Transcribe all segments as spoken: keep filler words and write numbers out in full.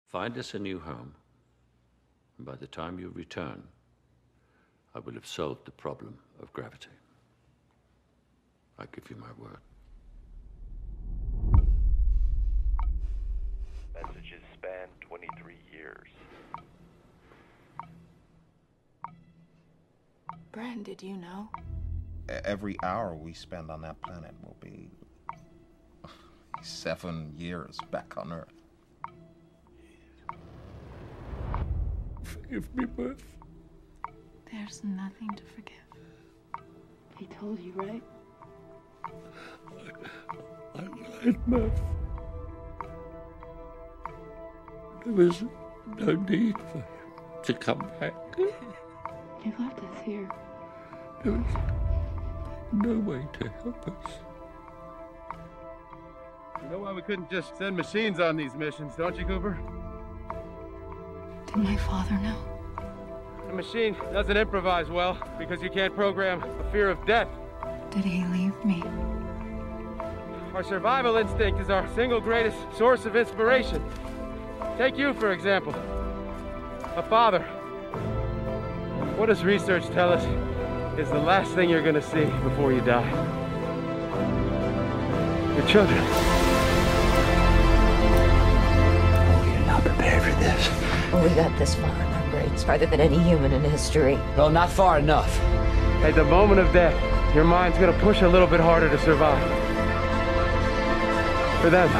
Find us a new home, and by the time you return, I will have solved the problem of gravity. I give you my word. Messages span twenty-three years. Bran, did you know? Every hour we spend on that planet will be seven years back on Earth. Forgive me, Beth. There's nothing to forgive. He told you, right? I, I lied, Beth. There was no need for him to come back. He left us here. There was no way to help us. You know why we couldn't just send machines on these missions, don't you, Cooper? Did my father know? The machine doesn't improvise well because you can't program a fear of death. Did he leave me? Our survival instinct is our single greatest source of inspiration. Take you, for example. A father. What does research tell us is the last thing you're gonna see before you die? Your children. We are not prepared for this. Well, we got this far in our brains, farther than any human in history. Well, not far enough. At the moment of death, your mind's gonna push a little bit harder to survive. For them.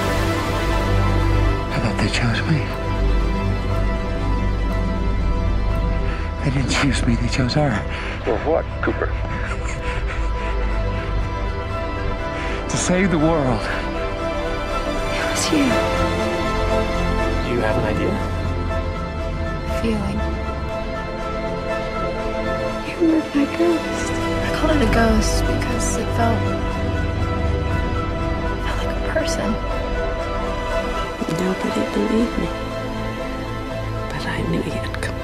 I thought they chose me. They didn't choose me, they chose her. For what, Cooper? To save the world. It was you. Do you have an idea? Feeling. You were my ghost. I called it a ghost because it felt... felt like a person. Nobody believed me. But I knew you'd come back.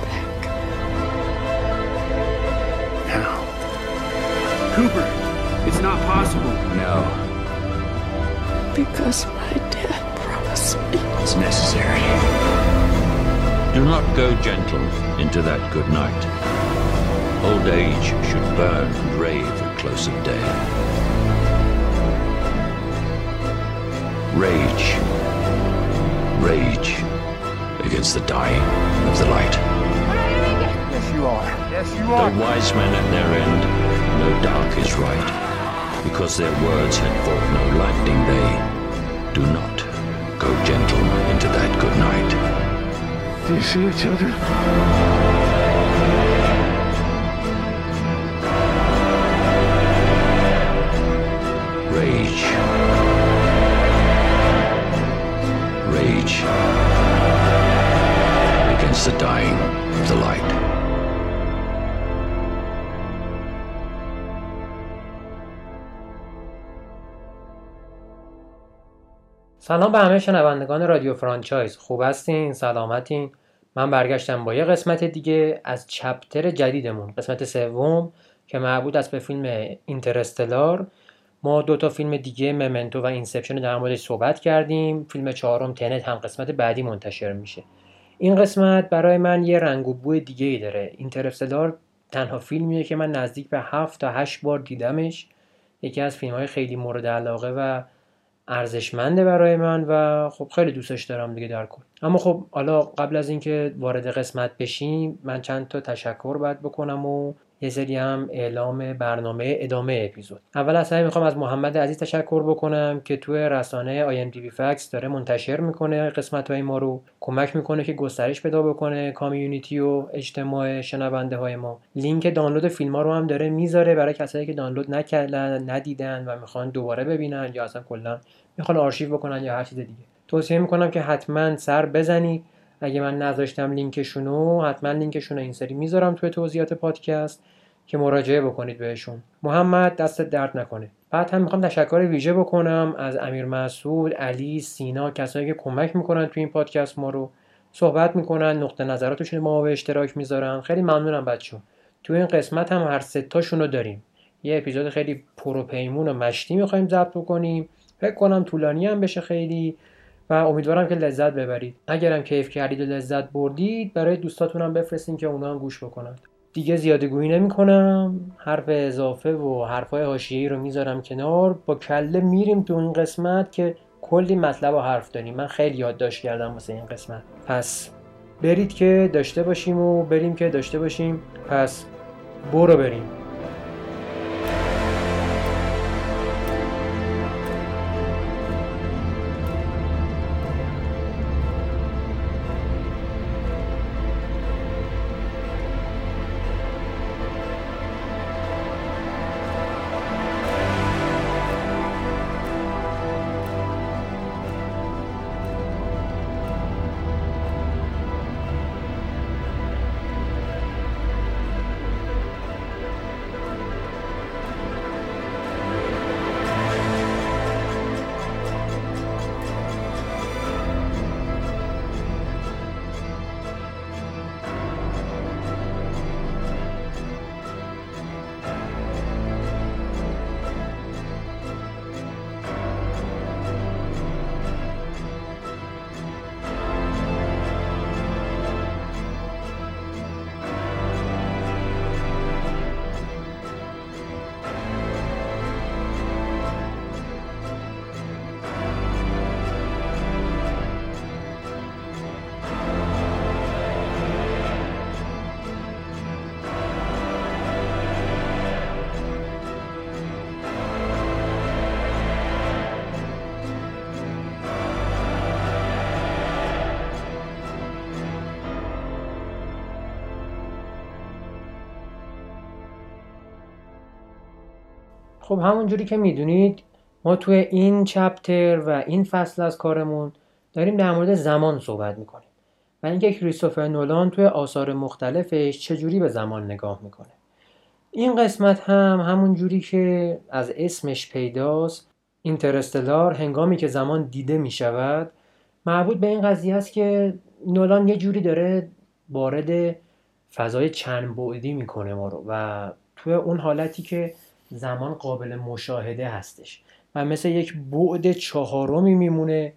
How? Cooper, it's not possible. No. Because my dad promised me. It's necessary. Do not go gentle into that good night. Old age should burn and rave at close of day. Rage. Rage against the dying of the light. Yes, you are. Yes, you are. Though wise men at their end, no dark is right. Because their words had brought no lightning, they do not go gentle into that good night. Do you see it, children? Rage. Rage against the dying of the light. سلام به همه شنوندگان رادیو فرانچایز. خوب هستین؟ سلامتین؟ من برگشتم با یه قسمت دیگه از چپتر جدیدمون، قسمت سوم که مربوط است به فیلم اینترستلار. ما دو تا فیلم دیگه، ممنتو و اینسپشن، در موردش صحبت کردیم. فیلم چهارم تنت هم قسمت بعدی منتشر میشه. این قسمت برای من یه رنگ و بوی دیگه ای داره. اینترستلار تنها فیلمیه که من نزدیک به هفت تا هشت بار دیدمش. یکی از فیلم‌های خیلی مورد علاقه و ارزشمنده برای من و خب خیلی دوستش دارم دیگه در کل. اما خب حالا قبل از اینکه وارد قسمت بشیم، من چند تا تشکر باید بکنم و یه سری هم اعلام برنامه ادامه اپیزود. اول از همه میخوام از محمد عزیز تشکر بکنم که توی رسانه آی ام دی بی فکس داره منتشر میکنه قسمت‌های ما رو، کمک میکنه که گسترش پیدا بکنه کامیونیتی و اجتماع شنونده های ما. لینک دانلود فیلم‌ها رو هم داره میذاره برای کسایی که دانلود نکردن، ندیدن و میخوان دوباره ببینن یا اصلا کلا میخوان آرشیو بکنن یا هر چیز دیگه. توصیه میکنم که حتما سر بزنید. اگه من نذاشتم لینکشونو، حتما لینکشونو این سری میذارم توی توضیحات پادکست که مراجعه بکنید بهشون. محمد دستت درد نکنه. بعد هم میخوام تشکر ویژه بکنم از امیر مسعود، علی، سینا، کسایی که کمک میکنن توی این پادکست ما رو، صحبت میکنن، نقطه نظراتشون ما به اشتراک میذارن. خیلی ممنونم بچه‌ها. توی این قسمت هم هر سه تاشون رو داریم. یه اپیزود خیلی پروپیمون و مشتی میخوایم ضبط بکنیم. فکر کنم طولانی هم بشه خیلی. و امیدوارم که لذت ببرید. اگرم کیف کردید و لذت بردید برای دوستاتون هم بفرستین که اونا هم گوش بکنن. دیگه زیاده گویی نمی کنم، حرف اضافه و حرفای حاشیه‌ای رو میذارم کنار، با کله میریم تو این قسمت که کلی مطلب و حرف داریم. من خیلی یادداشت کردم واسه این قسمت، پس برید که داشته باشیم و بریم که داشته باشیم. پس برو بریم. خب همون جوری که میدونید ما توی این چپتر و این فصل از کارمون داریم در مورد زمان صحبت میکنیم و اینکه کریستوفر نولان توی آثار مختلفش چجوری به زمان نگاه میکنه. این قسمت هم همون جوری که از اسمش پیداست، اینترستلار، هنگامی که زمان دیده میشود، مربوط به این قضیه است که نولان یه جوری داره وارد فضای چند بعدی میکنه ما رو و توی اون حالتی که زمان قابل مشاهده هستش و مثل یک بعد چهارمی میمونه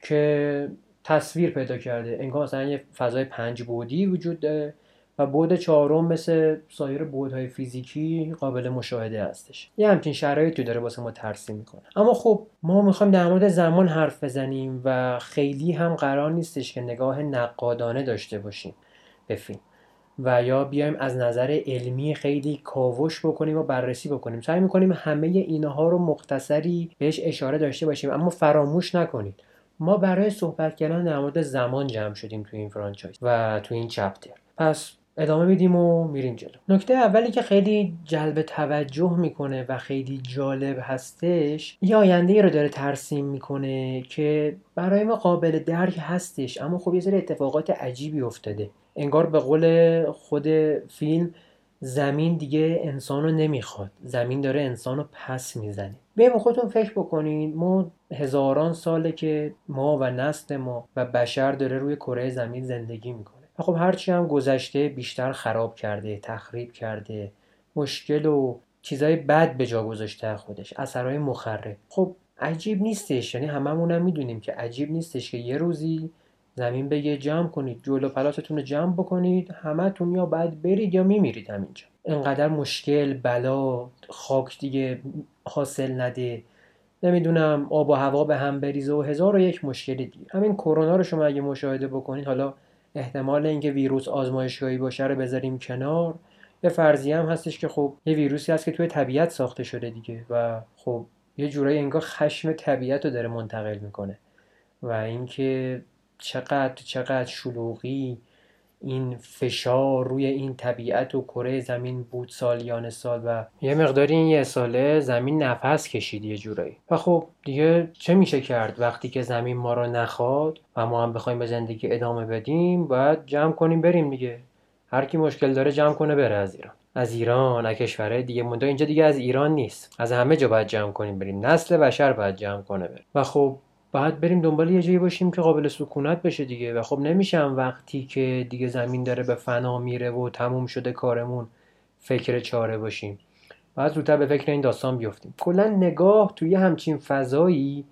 که تصویر پیدا کرده، انگار مثلا یه فضای پنج بعدی وجود داره و بعد چهارم مثل سایر بعدهای فیزیکی قابل مشاهده هستش. یه همچین شرایطی داره واسه ما ترسیم میکنه. اما خب ما میخوایم در مورد زمان حرف بزنیم و خیلی هم قرار نیستش که نگاه نقادانه داشته باشیم به فیلم و یا بیایم از نظر علمی خیلی کاوش بکنیم و بررسی بکنیم. سعی میکنیم همه اینها رو مختصری بهش اشاره داشته باشیم، اما فراموش نکنید ما برای صحبت کردن در مورد زمان جمع شدیم تو این فرانچایز و تو این چپتر. پس ادامه میدیم و میریم جلو. نکته اولی که خیلی جلب توجه میکنه و خیلی جالب هستش، یه آینده رو داره ترسیم میکنه که برای ما قابل درک هستش، اما خب یه سری اتفاقات عجیبی افتاده. انگار به قول خود فیلم زمین دیگه انسانو نمیخواد، زمین داره انسانو پس میزنه. بیایم خودتون فکر بکنین، ما هزاران ساله که ما و نسل ما و بشر داره روی کره زمین زندگی میکنه و خب هرچی هم گذشته بیشتر خراب کرده، تخریب کرده، مشکل و چیزای بد به جا گذاشته خودش، اثرهای مخرب. خب عجیب نیستش، یعنی هممون هم میدونیم که عجیب نیستش که یه روزی زمین بگه جمع کنید، جلو پلاتتون رو جمع بکنید، همتون یا بعد برید یا میمیرید همینجا. اینقدر مشکل، بلا، خاک دیگه حاصل نده، نمیدونم آب و هوا به هم بریزه و هزار و یک مشکل دیگه. همین کرونا رو شما اگه مشاهده بکنید، حالا احتمال اینکه ویروس آزمایشگاهی باشه رو بذاریم کنار، یه فرضیه هم هستش که خب یه ویروسی هست که توی طبیعت ساخته شده دیگه و خب یه جورایی انگار خشم طبیعت رو داره منتقل میکنه و اینکه چقدر چقدر شلوغی این فشار روی این طبیعت و کره زمین بود سالیان سال و یه مقداری این یه ساله زمین نفس کشید یه جورایی و خب دیگه چه میشه کرد وقتی که زمین ما رو نخواد و ما هم بخوایم به زندگی ادامه بدیم؟ باید جمع کنیم بریم دیگه. هر کی مشکل داره جمع کنه بره از ایران، از ایران، از کشورهای دیگه مونده. اینجا دیگه از ایران نیست، از همه جا باید جمع کنیم بریم، نسل بشر باید جمع کنه بره و خب باید بریم دنبال یه جایی باشیم که قابل سکونت بشه دیگه و خب نمیشم وقتی که دیگه زمین داره به فنا میره و تموم شده کارمون فکر چاره باشیم. باید زودتر به فکر این داستان بیفتیم. کلا نگاه توی همچین فضایی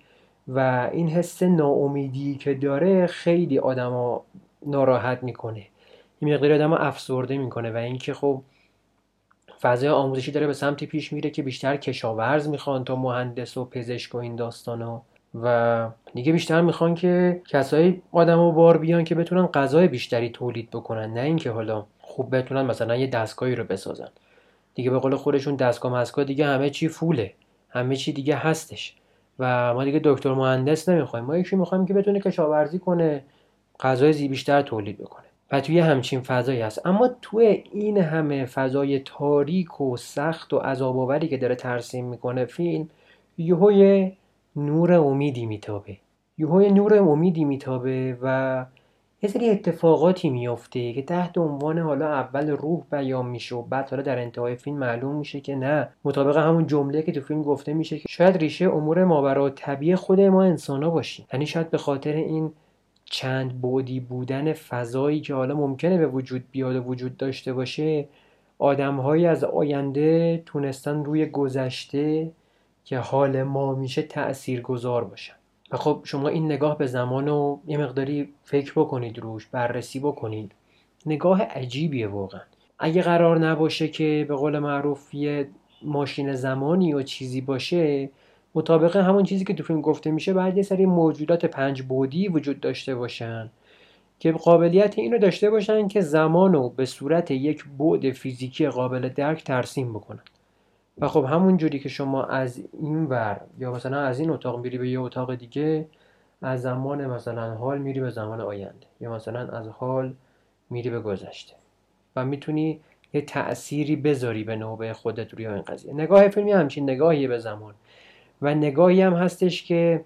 و این حس ناامیدی که داره خیلی آدمو ناراحت میکنه، این مقداری آدمو افسرده میکنه و اینکه خب فضای آموزشی داره به سمتی پیش میره که بیشتر کشاورز میخوان تا مهندس و پزشک و این داستانا و دیگه بیشتر میخوان که کسایی آدمو بار بیان که بتونن غذای بیشتری تولید بکنن، نه اینکه حالا خوب بتونن مثلا یه دستگاهی رو بسازن. دیگه به قول خودشون دستگاه مسکا دیگه همه چی فوله، همه چی دیگه هستش و ما دیگه دکتر مهندس نمیخوایم، ما یکی میخوایم که بتونه کشاورزی کنه، غذای زی بیشتر تولید بکنه و توی همچین فضایی هست. اما توی این همه فضای تاریک و سخت و عذاب‌آوری که داره ترسیم میکنه فیلم، یهو یه نور امیدی میتابه، یهو یه نور امیدی میتابه و یه سری اتفاقاتی میفته که تحت عنوان حالا اول روح بیان میشه و بعد حالا در انتهای فیلم معلوم میشه که نه، مطابق همون جمله که تو فیلم گفته میشه که شاید ریشه امور ماوراءالطبیع خود ما انسانا باشیم. یعنی شاید به خاطر این چند بعدی بودن فضایی که حالا ممکنه به وجود بیاد و وجود داشته باشه، آدم‌هایی از آینده تونستن روی گذشته که حال ما میشه تأثیرگذار باشن. و خب شما این نگاه به زمان رو یه مقداری فکر بکنید، روش بررسی بکنید، نگاه عجیبیه واقعا. اگه قرار نباشه که به قول معروف یه ماشین زمانی و چیزی باشه، مطابق همون چیزی که تو فیلم گفته میشه باید یه سری موجودات پنج بعدی وجود داشته باشن که قابلیت اینو داشته باشن که زمانو به صورت یک بعد فیزیکی قابل درک ترسیم بکنن. و خب همون جوری که شما از این ور یا مثلا از این اتاق میری به یه اتاق دیگه، از زمان مثلا حال میری به زمان آینده یا مثلا از حال میری به گذشته و میتونی یه تأثیری بذاری به نوبه خودت روی این قضیه. نگاه فیلمی همچین نگاهیه به زمان و نگاهی هم هستش که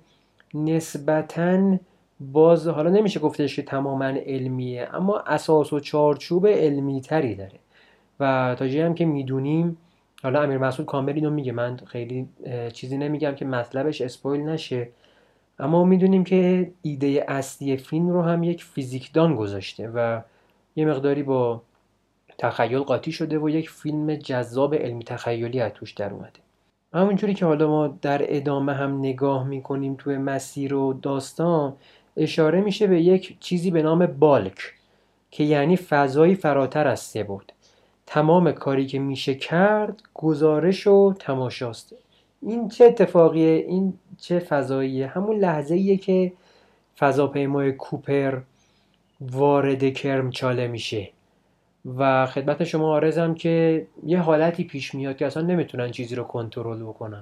نسبتاً باز حالا نمیشه گفتش که تماماً علمیه، اما اساس و چارچوب علمی تری داره و تا جایی هم که میدونیم، حالا امیر مسعود کامل اینو میگه، من خیلی چیزی نمیگم که مطلبش اسپویل نشه، اما میدونیم که ایده اصلی فیلم رو هم یک فیزیکدان گذاشته و یه مقداری با تخیل قاطی شده و یک فیلم جذاب علمی تخیلی از توش در اومده. همونجوری که حالا ما در ادامه هم نگاه میکنیم توی مسیر و داستان، اشاره میشه به یک چیزی به نام بالک که یعنی فضایی فراتر از سه بعد. تمام کاری که میشه کرد گزارش و تماشاست. این چه اتفاقیه؟ این چه فضاییه؟ همون لحظه‌ایه که فضاپیمای کوپر وارد کرمچاله میشه و خدمت شما عرضم که یه حالتی پیش میاد که اصلا نمیتونن چیزی رو کنترل بکنن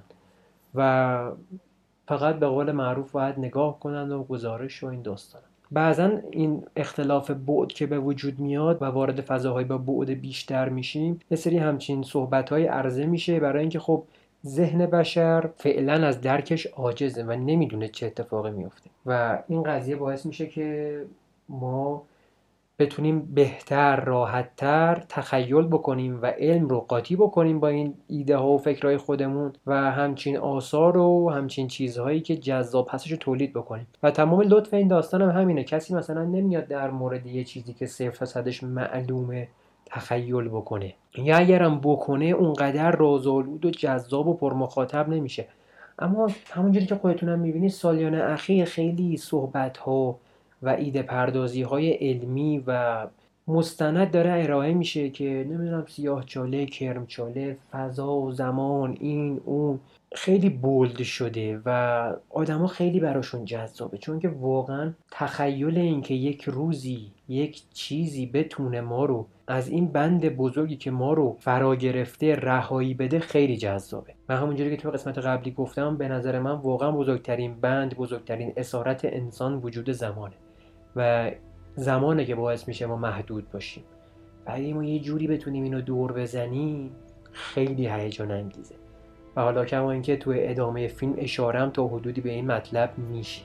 و فقط به قول معروف باید نگاه کنن و گزارش و این داستان. بعضا این اختلاف بعد که به وجود میاد و وارد فضاهای با بعد بیشتر میشیم، یه سری همچین صحبت‌های عرضه میشه برای اینکه خب ذهن بشر فعلا از درکش عاجزه و نمیدونه چه اتفاقی میفته و این قضیه باعث میشه که ما بتونیم بهتر، راحتتر تخیل بکنیم و علم رو قاطی بکنیم با این ایده ها و فکرهای خودمون و همچین آثار و همچین چیزهایی که جذاب هستش رو تولید بکنیم. و تمام لطف این داستان هم همینه، کسی مثلا نمیاد در مورد یه چیزی که صفر تا صدش معلومه تخیل بکنه، یا اگرم بکنه اونقدر رازآلود و جذاب و پرمخاطب نمیشه. اما همونجوری که خودتونم میبینید سالیان اخیر خیلی صحبت ها و ایده پردازی های علمی و مستند داره ارائه میشه که نمیدونم سیاه چاله، کرم چاله، فضا و زمان، این اون خیلی بولد شده و آدم ها خیلی براشون جذابه، چون که واقعا تخیل این که یک روزی یک چیزی بتونه ما رو از این بند بزرگی که ما رو فرا گرفته رهایی بده خیلی جذابه. و همونجوری که تو قسمت قبلی گفتم، به نظر من واقعا بزرگترین بند، بزرگترین اسارت انسان وجود زمانه و زمانه که باعث میشه ما محدود باشیم و اگه ما یه جوری بتونیم اینو دور بزنیم خیلی هیجان انگیزه. و حالا کما اینکه تو ادامه فیلم اشاره‌ام تا حدودی به این مطلب میشه.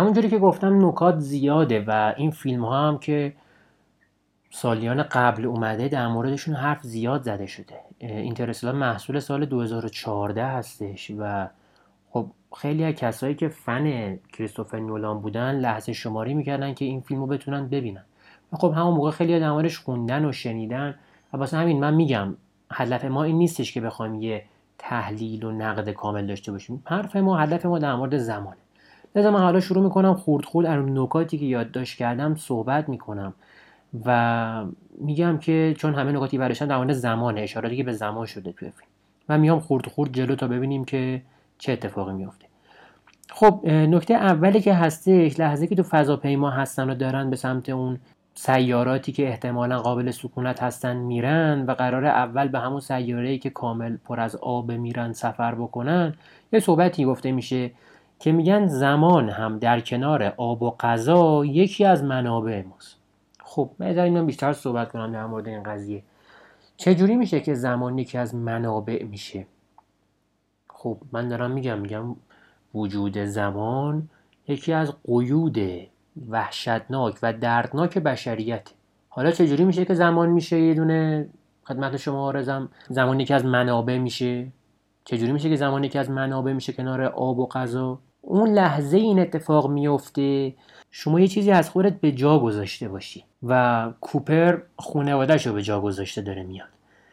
همونجوری که گفتم نکات زیاده و این فیلم ها هم که سالیان قبل اومده در موردشون حرف زیاد زده شده. اینترستلار محصول سال دو هزار و چهارده هستش و خب خیلی از کسایی که فن کریستوفر نولان بودن لحظه شماری میکردن که این فیلمو بتونن ببینن و خب همون موقع خیلی در موردش خوندن و شنیدن و واسه همین من میگم هدف ما این نیستش که بخوایم یه تحلیل و نقد کامل داشته باشیم. حرف ما هدف ما در مورد زمانه. لذا من حالا شروع میکنم خورد خورد از نکاتی که یادداشت کردم صحبت میکنم و میگم که چون همه نکاتی برشن در مورد زمانه، اشاراتی که به زمان شده توی فیلم و میام خورد خورد جلو تا ببینیم که چه اتفاقی میفته. خب نکته اولی که هستش لحظه که تو فضاپیما هستن و دارن به سمت اون سیاراتی که احتمالاً قابل سکونت هستن میرن و قراره اول به همون سیاره‌ای که کامل پر از آب میرن سفر بکنن، یه صحبتی گفته میشه که میگن زمان هم در کنار آب و غذا یکی از منابع ماست. خب من در اینم بیشتر صحبت کنم در مورد این قضیه. چجوری میشه که زمان یکی از منابع میشه؟ خب من دارم میگم میگم وجود زمان یکی از قیود وحشتناک و دردناک بشریت. حالا چجوری میشه که زمان میشه یه دونه خدمت شما آرزم زمان یکی از منابع میشه؟ چجوری میشه که زمان یکی از منابع میشه کنار آب و غذا؟ اون لحظه این اتفاق میفته شما یه چیزی از خودت به جا گذاشته باشی و کوپر خانواده‌شو به جا گذاشته داره میاد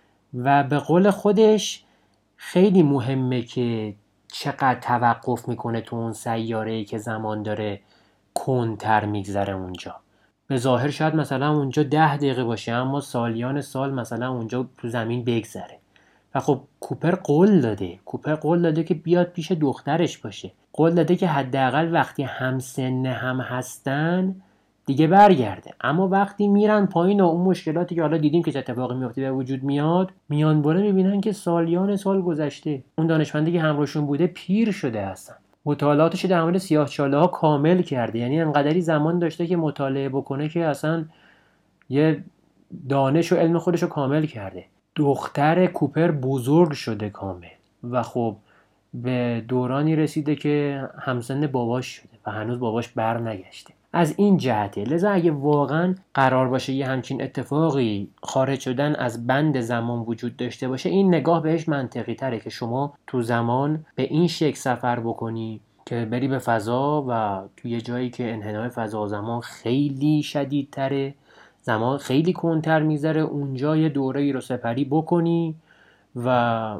و به قول خودش خیلی مهمه که چقدر توقف میکنه تو اون سیاره‌ای که زمان داره کندتر میگذره اونجا. به ظاهر شاید مثلا اونجا ده دقیقه باشه اما سالیان سال مثلا اونجا تو زمین بگذره و خب کوپر قول داده کوپر قول داده که بیاد پیش دخترش باشه، قول داده که حداقل وقتی هم سن هم هستن دیگه برگرده، اما وقتی میرن پایین و اون مشکلاتی که حالا دیدیم که چه اتفاقی میفته به وجود میاد، میان بالا میبینن که سالیان سال گذشته، اون دانشمندی که همراهشون بوده پیر شده هستن، مطالعاتش در مورد سیاه‌چاله ها کامل کرده، یعنی انقدری زمان داشته که مطالعه بکنه که اصلا یه دانش و علم خودش رو کامل کرده. دختر کوپر بزرگ شده کامل و خب به دورانی رسیده که همسن باباش شده و هنوز باباش بر نگشته. از این جهته لذا اگه واقعا قرار باشه یه همچین اتفاقی خارج شدن از بند زمان وجود داشته باشه، این نگاه بهش منطقی تره که شما تو زمان به این شکل سفر بکنی که بری به فضا و تو یه جایی که انحنای فضا و زمان خیلی شدیدتره، زمان خیلی کندتر میذاره، اونجا یه دوره‌ای رو سپری بکنی و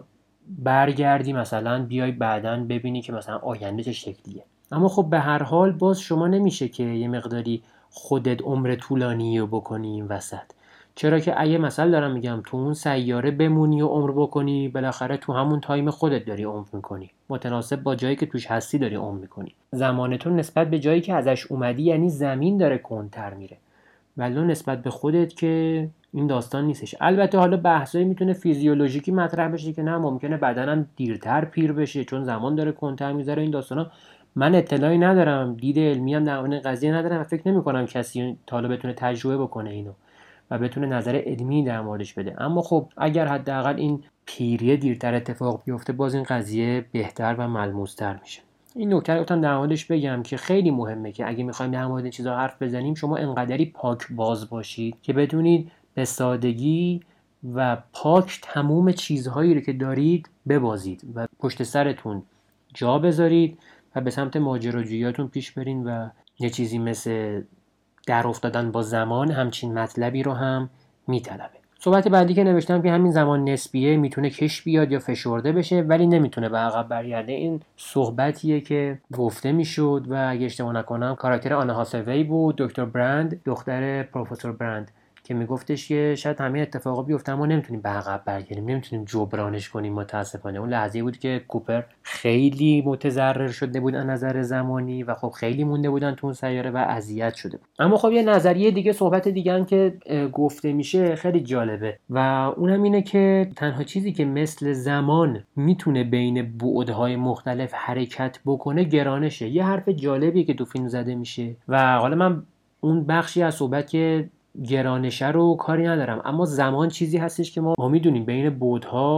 برگردی مثلا بیای بعداً ببینی که مثلا آینده چه شکلیه. اما خب به هر حال باز شما نمیشه که یه مقداری خودت عمر طولانی رو بکنی این وسط، چرا که اگه مثلا دارم میگم تو اون سیاره بمونی و عمر بکنی، بالاخره تو همون تایم خودت داری عمر میکنی، متناسب با جایی که توش هستی داری عمر میکنی. زمانتون نسبت به جایی که ازش اومدی یعنی زمین داره کندتر میره، ولی نسبت به خودت که این داستان نیستش. البته حالا بحثایی میتونه فیزیولوژیکی مطرح بشه که نه ممکنه بدنم دیرتر پیر بشه چون زمان داره کندتر میذاره، این داستانا من اطلاعی ندارم، دید علمی هم در مورد قضیه ندارم و فکر نمی‌کنم کسی تا حالا بتونه تجربه بکنه اینو و بتونه نظر علمی در موردش بده. اما خب اگر حداقل این پیریه دیرتر اتفاق بیفته باز این قضیه بهتر و ملموس‌تر میشه. این نکته رو گفتم در موردش بگم که خیلی مهمه که اگه می‌خوایم در مورد این چیزا حرف بزنیم شما انقدری پاک باز باشید که بدونید به سادگی و پاک تمام چیزهایی رو که دارید ببازید و پشت سرتون جا بذارید و به سمت ماجراجوییاتون پیش برین و یه چیزی مثل در افتادن با زمان همچین مطلبی رو هم میطلبه. صحبت بعدی که نوشتم که همین زمان نسبیه میتونه کش بیاد یا فشرده بشه ولی نمیتونه به عقب برگرده. این صحبتیه که گفته میشد و اگه اشتباه نکنم کاراکتر آنا هاساوی بود، دکتر برند، دختر پروفسور برند، که میگفتش که شاید همین اتفاقا بیفته اما نمیتونیم به عقب برگردیم، نمیتونیم جبرانش کنیم. متاسفانه اون لحظه‌ای بود که کوپر خیلی متضرر شده بود از نظر زمانی و خب خیلی مونده بودن تو اون سیاره و اذیت شده بود. اما خب یه نظریه دیگه، صحبت دیگه هم که گفته میشه خیلی جالبه و اونم اینه که تنها چیزی که مثل زمان میتونه بین بعدهای مختلف حرکت بکنه گرانشه. یه حرف جالبیه که تو فیلم زده میشه و حالا من اون بخشی از صحبت که گرانشه رو کاری ندارم، اما زمان چیزی هستش که ما ما میدونیم بین بعدها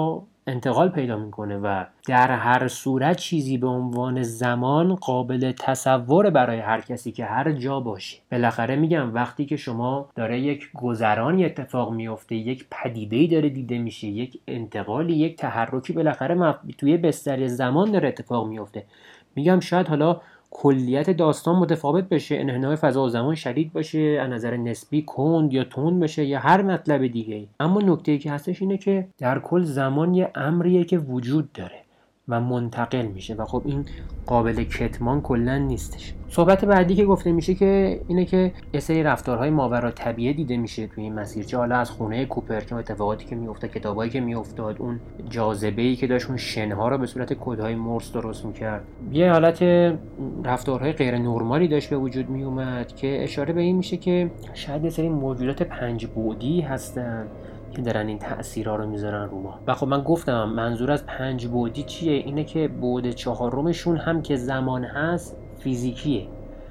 انتقال پیدا میکنه و در هر صورت چیزی به عنوان زمان قابل تصور برای هر کسی که هر جا باشه. بالاخره میگم وقتی که شما داره یک گذرانی اتفاق میفته، یک پدیده‌ای داره دیده میشه، یک انتقالی، یک تحرکی بالاخره مف... توی بستر زمان داره اتفاق میفته. میگم شاید حالا کلیت داستان متفاوت بشه، انحنای فضا و زمان شدید باشه، از نظر نسبی کند یا تند بشه یا هر مطلب دیگه، اما نکته‌ای که هستش اینه که در کل زمان یه امریه که وجود داره و منتقل میشه و خب این قابل کتمان کلا نیستش. صحبت بعدی که گفته میشه که اینه که یه سری رفتارهای ماورا طبیعه دیده میشه توی این مسیر، چه حالا از خونه کوپر که اتفاقاتی که میافتاد، کتابایی که میافتاد، اون جاذبه‌ای که داشت اون شنها رو به صورت کدهای مورس درست میکرد، یه حالت رفتارهای غیر نرمالی داشت به وجود میومد که اشاره به این میشه که شاید یه سری موجودات پنج بعدی هستن که دارن این تأثیرها رو میذارن رو ما. و خب من گفتم منظور از پنج بعدی چیه؟ اینه که بعد چهارمشون هم که زمان هست فیزیکیه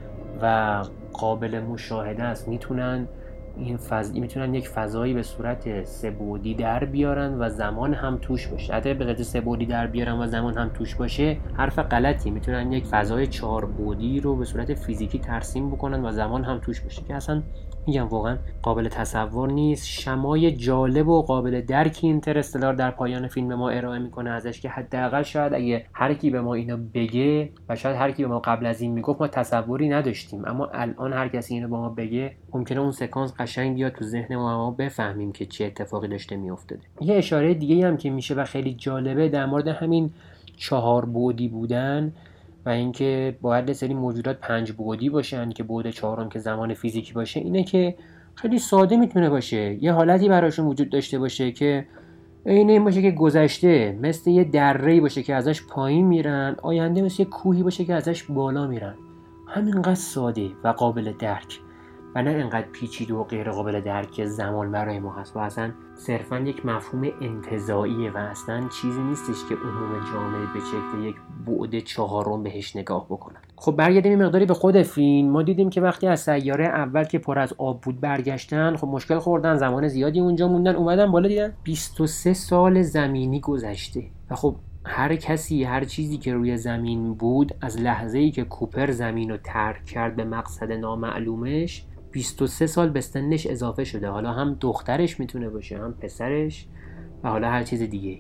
و قابل مشاهده است. میتونن این فض... میتونن یک فضایی به صورت سه بعدی در بیارن و زمان هم توش باشه. اگه به صورت سه بعدی در بیارن و زمان هم توش باشه حرف غلطی. میتونن یک فضای چهار بعدی رو به صورت فیزیکی ترسیم بکنن و زمان هم توش باشه که اصلا میگم واقعا قابل تصور نیست. شمای جالب و قابل درکی اینترستلار در پایان فیلم ما ارائه میکنه ازش که حداقل شاید اگه هر کی به ما اینو بگه و شاید هر کی به ما قبل از این میگفت ما تصوری نداشتیم، اما الان هر کسی اینو به ما بگه ممکنه اون سکانس قشنگ بیاد تو ذهن ما و ما بفهمیم که چه اتفاقی داشته میافتاده. یه اشاره دیگه هم که میشه و خیلی جالبه در مورد همین چهار بعدی بودن و اینکه باید یه سری موجودات پنج بعدی باشن که بعد چهارم که زمان فیزیکی باشه، اینه که خیلی ساده میتونه باشه. یه حالتی براشون وجود داشته باشه که اینه این باشه که گذشته مثل یه دره‌ای باشه که ازش پایین میرن، آینده مثل یه کوهی باشه که ازش بالا میرن. همینقدر ساده و قابل درک و نه اینقدر پیچیده و غیر قابل درک زمان برای ما هست و اصلا صرفا یک مفهوم انتزاعیه و اصلا چیزی نیستش که عموم جامعه به شکل یک بعد چهارم بهش نگاه بکنن. خب برگردیم این مقداری به خود فیلم. ما دیدیم که وقتی از سیاره اول که پر از آب بود برگشتن، خب مشکل خوردن، زمان زیادی اونجا موندن، اومدن بالا دیدن بیست و سه سال زمینی گذشته و خب هر کسی هر چیزی که روی زمین بود از لحظه‌ای که کوپر زمین رو ترک کرد به مقصد نامعلومش بیست و سه سال به سنش اضافه شده. حالا هم دخترش میتونه باشه، هم پسرش و حالا هر چیز دیگه.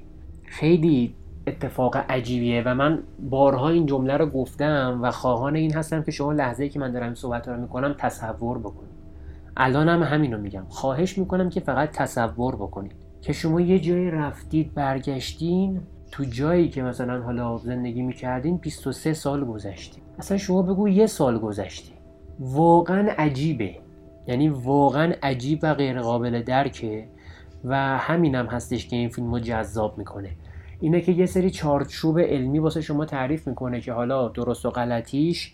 خیلی اتفاق عجیبیه و من بارها این جمله رو گفتم و خواهان این هستم که شما لحظه‌ای که من دارم این صحبت رو میکنم تصور بکنید. الان هم همین رو میگم، خواهش میکنم که فقط تصور بکنید که شما یه جایی رفتید برگشتین تو جایی که مثلا حالا زندگی میکردین بیست و سه سال گذشته. اصلا شما بگو یه سال گذشته. واقعا عجیبه، یعنی واقعا عجیب و غیر قابل درکه و همینم هم هستش که این فیلمو جذاب میکنه. اینه که یه سری چارچوب علمی واسه شما تعریف میکنه که حالا درست و غلطیش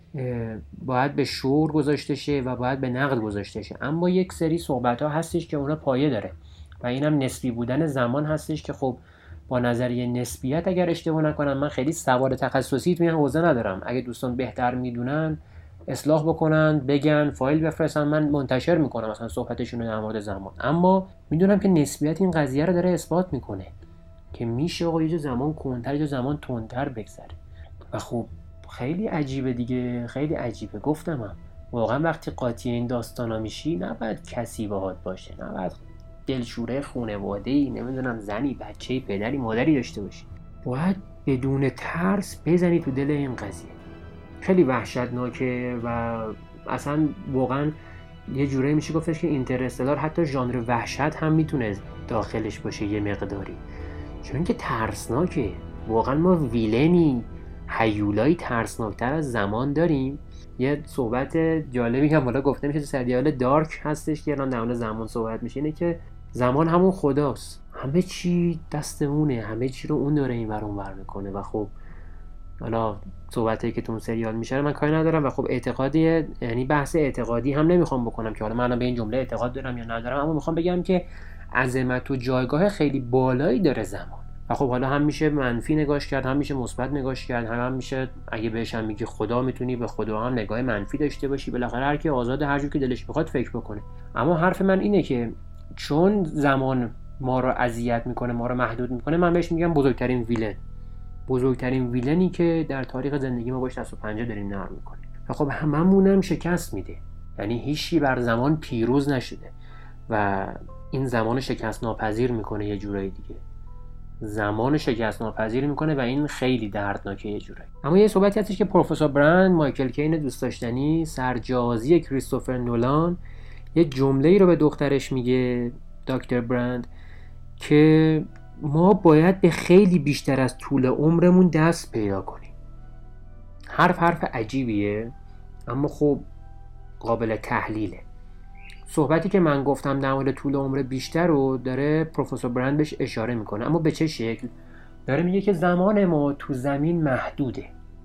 باید به شعور گذاشته شه و باید به نقد گذاشته شه، اما یک سری صحبت ها هستش که اونا پایه داره و اینم نسبی بودن زمان هستش که خب با نظریه نسبیت اگر اشتباه نکنم، من خیلی سواد تخصصی تو این حوزه ندارم، اگه دوستان بهتر میدونن اصلاح بکنن، بگن، فایل بفرستن، من منتشر میکنم مثلا صحبتشون رو در مورد زمان. اما میدونم که نسبیت این قضیه رو داره اثبات میکنه که میشه آقا یه زمان کندتر یه زمان تندتر بگذره و خب خیلی عجیبه دیگه، خیلی عجیبه. گفتم هم واقعا وقتی قاطی این داستانا میشی نباید کسی باهات باشه، نباید دلشوره خانواده‌ای، نمیدونم زنی، بچه‌ای، پدری، مادری داشته باشی، باید بدون ترس بزنی تو دل این قضیه. خیلی وحشتناکه و اصلا واقعا یه جوره میشه گفتش که اینترستلار حتی ژانر وحشت هم میتونه داخلش باشه یه مقداری، چون که ترسناکه. واقعا ما ویلنی هیولایی ترسناکتر از زمان داریم. یه صحبت جالبی هم بالا گفته میشه تو سریال دارک هستش که الان در مورد زمان صحبت میشه، اینه که زمان همون خداست، همه چی دستمونه، همه چی رو اون داره این ور اون ور میکنه و خب حالا صحبتایی که تو اون سریال میشه من کاری ندارم و خب اعتقادی، یعنی بحث اعتقادی هم نمیخوام بکنم که حالا من به این جمله اعتقاد دارم یا ندارم، اما میخوام بگم که عظمت و جایگاه خیلی بالایی داره زمان و خب حالا هم میشه منفی نگاش کرد، هم میشه مثبت نگاش کرد، هم, هم میشه اگه بهش هم میگی خدا میتونی به خدا هم نگاه منفی داشته باشی. بالاخره هر کی آزاده هر جور که دلش بخواد فکر بکنه. اما حرف من اینه که چون زمان ما رو اذیت میکنه، ما رو محدود میکنه، من بهش میگم بزرگترین ویلن. بزرگترین ویلنی که در تاریخ زندگی ما باش دست و پنجه داریم نرم میکنیم و خب هممونم شکست میده. یعنی هیچی بر زمان پیروز نشده و این زمان شکست ناپذیر میکنه یه جورایی دیگه. زمان شکست ناپذیر میکنه و این خیلی دردناکه یه جورایی. اما یه صحبتی هستش که پروفسور برند، مایکل کین دوست داشتنی، سرجازی کریستوفر نولان، یه جمله‌ای رو به دخترش میگه دکتر برند که ما باید به خیلی بیشتر از طول عمرمون دست پیدا کنیم. حرف حرف عجیبیه اما خب قابل تحلیله. صحبتی که من گفتم در مورد طول عمر بیشتر رو داره پروفسور برند بهش اشاره میکنه، اما به چه شکل؟ داره میگه که زمان ما تو زمین محدوده.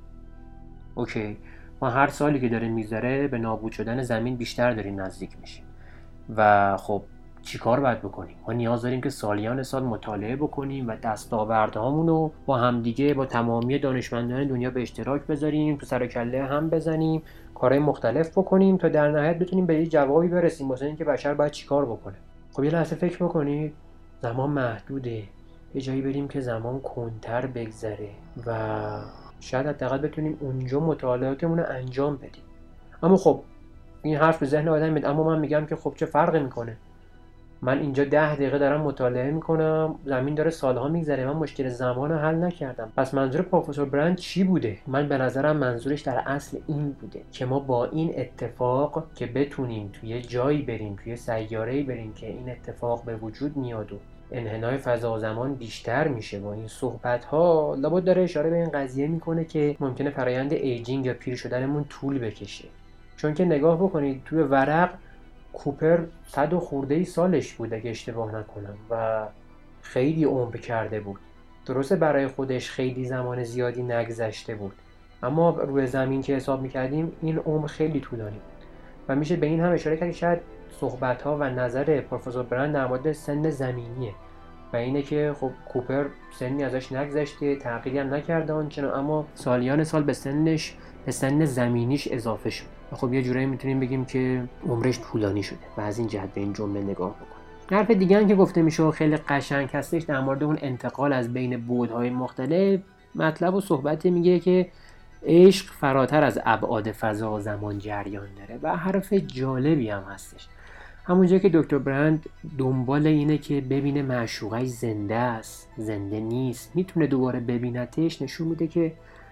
اوکی، ما هر سالی که داره میذاره به نابود شدن زمین بیشتر داریم نزدیک میشیم و خب چی کار باید بکنیم؟ ما نیاز داریم که سالیان سال مطالعه بکنیم و دستاوردهامون رو با همدیگه، با تمامی دانشمندان دنیا به اشتراک بذاریم، تو سر و کله هم بزنیم، کارهای مختلف بکنیم تا در نهایت بتونیم به یه جوابی برسیم واسه اینکه بشر باید چی کار بکنه. خب یه لحظه فکر بکنید، زمان محدوده، یه جایی بریم که زمان کنتر بگذره و شاید حداقل بتونیم اونجا مطالعاتمون رو انجام بدیم. اما خب این حرف به ذهن آدم میاد، اما من میگم که خب چه فرقی میکنه؟ من اینجا ده دقیقه دارم مطالعه میکنم، زمین داره سالها میگذره، من مشکل زمان رو حل نکردم. پس منظور پروفسور برند چی بوده؟ من به نظرم منظورش در اصل این بوده که ما با این اتفاق که بتونیم توی جایی بریم، توی سیاره‌ای بریم که این اتفاق به وجود میاد و انحنای فضا و زمان بیشتر میشه، با این صحبت‌ها لابد داره اشاره به این قضیه میکنه که ممکنه فرآیند ایجینگ یا پیر شدنمون طول بکشه. چون که نگاه بکنید توی ورق کوپر صد و خورده ای سالش بود اگه اشتباه نکنم و خیلی عمر کرده بود. درسته برای خودش خیلی زمان زیادی نگذشته بود، اما روی زمین که حساب میکردیم این عمر خیلی طولانی بود و میشه به این هم اشاره کرد که شاید صحبت‌ها و نظر پروفسور برند در مورد سن زمینیه و اینه که خب کوپر سنی ازش نگذشته، تغییری هم نکرده آنچنان، اما سالیان سال به سنش، به سن زمینیش اضافه شد. خب یه جورایی میتونیم بگیم که عمرش طولانی شده و از این جهت به این جمله نگاه بکنیم. حرف دیگه هم که گفته میشه و خیلی قشنگ هستش در مورد اون انتقال از بین بعدهای مختلف، مطلب و صحبتی میگه که عشق فراتر از ابعاد فضا و زمان جریان داره و حرف جالبی هم هستش. همونجا که دکتر برند دنبال اینه که ببینه معشوقش زنده است، زنده نیست، میتونه دوباره ببینتش، نشون میده که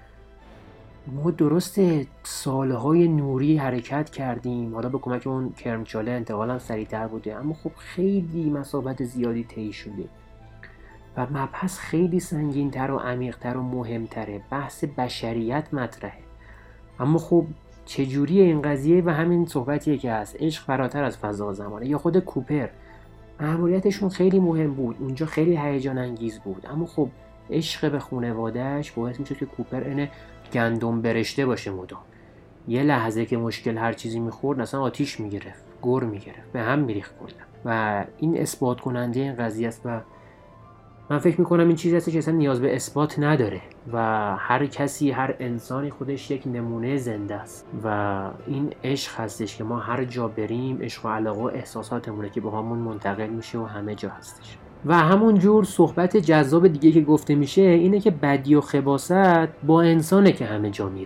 ما درسته سالهای نوری حرکت کردیم، حالا به کمک اون کرمچاله انتقالم سریعتر بوده، اما خب خیلی مسافت زیادی طی شده و مبحث خیلی سنگین‌تر و عمیق‌تر و مهم‌تره، بحث بشریت مطرحه. اما خب چجوری این قضیه و همین صحبتیه که هست، عشق فراتر از فضا و زمانه. یا خود کوپر، مأموریتشون خیلی مهم بود، اونجا خیلی هیجان انگیز بود، اما خب عشق به خانواده‌اش باعث میشه که کوپر اینه گندم برشته باشه مدام. یه لحظه که مشکل هر چیزی میخورد اصلا آتیش میگرفت، گر میگرفت، به هم میریخت کلا و این اثبات کننده این قضیه است و من فکر میکنم این چیزی هست که اصلا نیاز به اثبات نداره و هر کسی، هر انسانی خودش یک نمونه زنده است و این عشق هستش که ما هر جا بریم، عشق و علاقه و احساساتمونه که با همون منتقل میشه و همه جا هستش. و همون جور صحبت جذاب دیگه که گفته میشه اینه که بدی و خباثت با انسانه که همه جا میره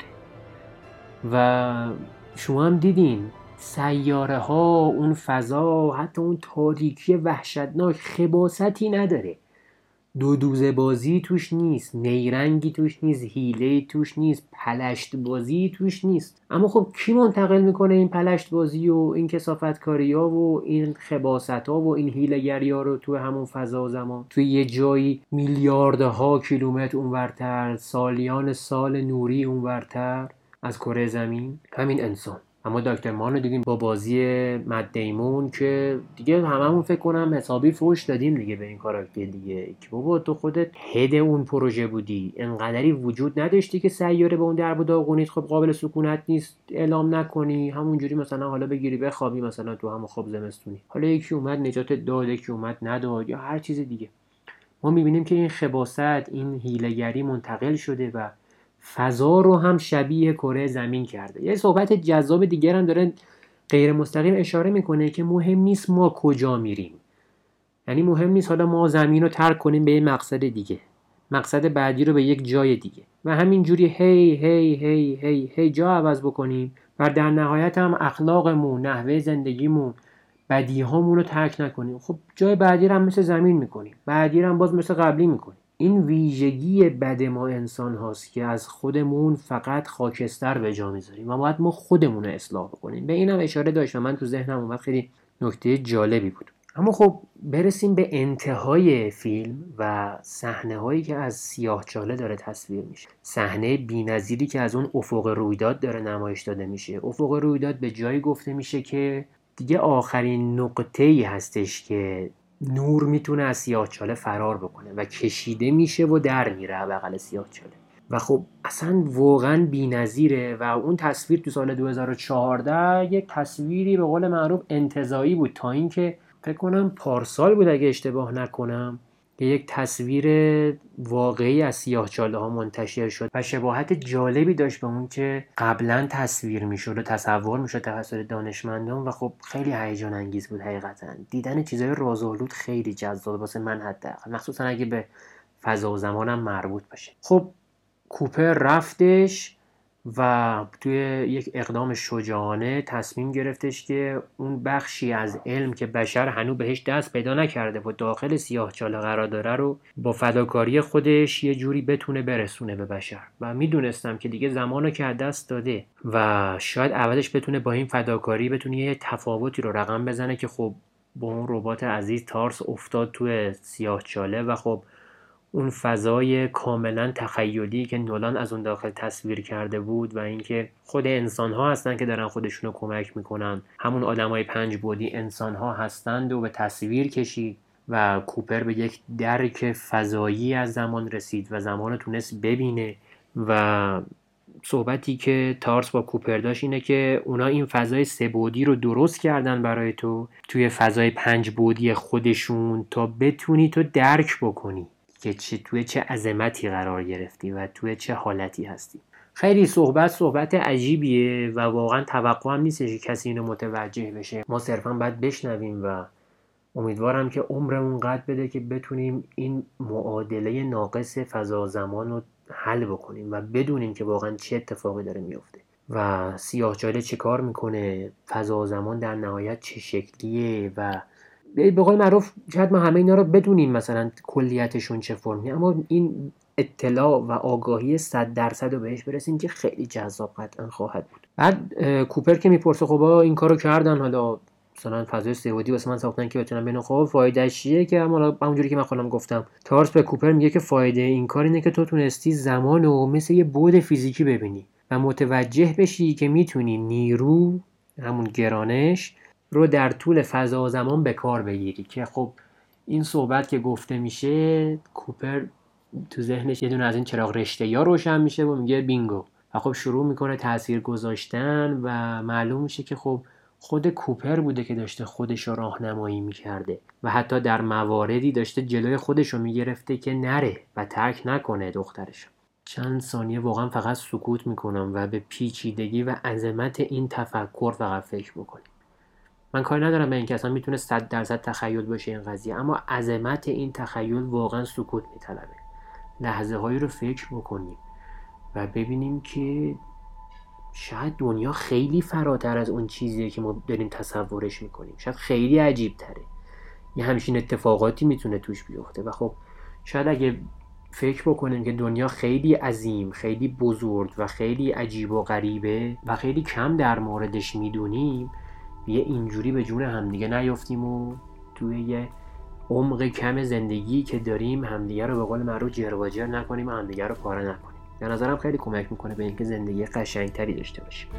و شما هم دیدین سیاره ها، اون فضا، حتی اون تاریکی وحشتناک خباثتی نداره، دو دوزه بازی توش نیست، نیرنگی توش نیست، حیله توش نیست، پلشت بازی توش نیست. اما خب کی منتقل میکنه این پلشت بازی و این کثافتکاری ها و این خباثت ها و این حیله‌گری ها رو توی همون فضا و زمان، توی یه جایی میلیاردها کیلومتر اونورتر، سالیان سال نوری اونورتر از کره زمین؟ همین انسان. اما دکتر مان رو دیدیم با بازی مت دیمون که دیگه هممون فکر کنم حسابی فوش دادیم دیگه به این کاراکتر دیگه که بابا تو خودت هد اون پروژه بودی، انقدری وجود نداشتی که سیاره به اون درب و داغونیت خب قابل سکونت نیست اعلام نکنی، همونجوری مثلا حالا بگیری بخوابی مثلا تو همون خواب زمستونی، حالا یکی اومد نجات داد، یکی اومد نداد یا هر چیز دیگه. ما میبینیم که این خباثت، این حیله‌گری منتقل شده و فضا رو هم شبیه کره زمین کرده. یه صحبت جذاب دیگر هم داره غیر مستقیم اشاره میکنه که مهم نیست ما کجا میریم، یعنی مهم نیست حالا ما زمین رو ترک کنیم به یه مقصد دیگه، مقصد بعدی رو به یک جای دیگه و همینجوری هی هی هی هی هی جا عوض بکنیم و در نهایت هم اخلاقمون، نحوه زندگیمون، بدیهامون رو ترک نکنیم. خب جای بعدی رو هم مثل زمین میکنیم، بعدی رو هم باز مثل قبلی میکنیم. این ویژگی بد ما انسان هاست که از خودمون فقط خاکستر به جا میذاریم و باید ما خودمون رو اصلاح بکنیم. به اینم اشاره داشتم، من تو ذهنم اومد، خیلی نکته جالبی بود. اما خب برسیم به انتهای فیلم و صحنه هایی که از سیاه‌چاله داره تصویر میشه. صحنه بی‌نظیری که از اون افق رویداد داره نمایش داده میشه. افق رویداد به جایی گفته میشه که دیگه آخرین نقطه‌ای هستش که نور میتونه از سیاه‌چاله فرار بکنه و کشیده میشه و در میره بغل سیاه‌چاله و خب اصلا واقعا بی‌نظیره و اون تصویر تو سال دو هزار و چهارده یک تصویری به قول معروف انتزاعی بود تا اینکه فکر کنم پارسال بود اگه اشتباه نکنم که یک تصویر واقعی از سیاه‌چاله ها منتشر شد و شباهت جالبی داشت به اون که قبلا تصویر میشد و تصور میشد توسط دانشمندان و خب خیلی هیجان انگیز بود. حقیقتا دیدن چیزای رازآلود خیلی جذاب واسه من حداقل، مخصوصا اگه به فضا و زمانم مربوط باشه. خب کوپر رفتش و توی یک اقدام شجاعانه تصمیم گرفتش که اون بخشی از علم که بشر هنوز بهش دست پیدا نکرده و داخل سیاه‌چاله قرار داره رو با فداکاری خودش یه جوری بتونه برسونه به بشر و میدونستم که دیگه زمانو که از دست داده و شاید عوضش بتونه با این فداکاری بتونه یه تفاوتی رو رقم بزنه که خب با اون ربات عزیز تارس افتاد توی سیاه‌چاله و خب اون فضای کاملا تخیلی که نولان از اون داخل تصویر کرده بود و اینکه خود انسان‌ها هستن که دارن خودشونو کمک میکنن، همون آدمای پنج بعدی انسان‌ها هستند و به تصویر کشید و کوپر به یک درک فضایی از زمان رسید و زمان رو تونست ببینه و صحبتی که تارس با کوپر داشت اینه که اونا این فضای سه بعدی رو درست کردن برای تو توی فضای پنج بعدی خودشون تا بتونی تو درک بکنی که چه توی چه عظمتی قرار گرفتی و توی چه حالتی هستی. خیلی صحبت صحبت عجیبیه و واقعا توقع هم نیستش که کسی اینو متوجه بشه. ما صرفا باید بشنویم و امیدوارم که عمرمون قد بده که بتونیم این معادله ناقص فضا زمان رو حل بکنیم و بدونیم که واقعا چه اتفاقی داره میفته و سیاه‌چاله چه کار میکنه، فضا زمان در نهایت چه شکلیه و به قول معروف شاید ما همه اینا رو بدونیم مثلا کلیتشون چه فرمیه، اما این اطلاع و آگاهی صد درصد رو بهش برسیم که خیلی جذاب قطعا خواهد بود. بعد کوپر که میپرسه خب این کارو کردن حالا مثلا فضای سه‌بعدی واسه من ساختن که بتونم ببینم خب فایدهش چیه، که حالا همونجوری که من خودم گفتم تارس به کوپر میگه که فایده این کار اینه که تو تونستی زمانو مثل یه بعد فیزیکی ببینی و متوجه بشی که میتونی نیرو همون گرانش رو در طول فضا و زمان به کار بگیری. که خب این صحبت که گفته میشه کوپر تو ذهنش یه دونه از این چراغ رشته‌یا روشن میشه و میگه بینگو و خب شروع میکنه تاثیر گذاشتن و معلوم میشه که خب خود کوپر بوده که داشته خودش رو راهنمایی میکرده و حتی در مواردی داشته جلوی خودش رو میگرفته که نره و ترک نکنه دخترش. چند ثانیه واقعا فقط سکوت میکنم و به پیچیدگی و عظمت این تفکر فقط فکر بکنیم. من کاری ندارم به این که اصلا میتونه صد درصد تخیل باشه این قضیه، اما عظمت این تخیل واقعا سکوت میطلبه. لحظه هایی رو فکر بکنیم و ببینیم که شاید دنیا خیلی فراتر از اون چیزیه که ما داریم تصورش میکنیم، شاید خیلی عجیب تره، یه همچین اتفاقاتی میتونه توش بیفته و خب شاید اگه فکر بکنیم که دنیا خیلی عظیم، خیلی بزرگ و خیلی عجیب و غریبه و خیلی کم در موردش میدونیم، یه اینجوری به جون همدیگه نیافتیم و توی یه عمق کم زندگی که داریم همدیگه رو به قول معروف جر و جر نکنیم و همدیگه رو پاره نکنیم. به نظرم خیلی کمک میکنه به اینکه زندگی قشنگتری داشته باشیم.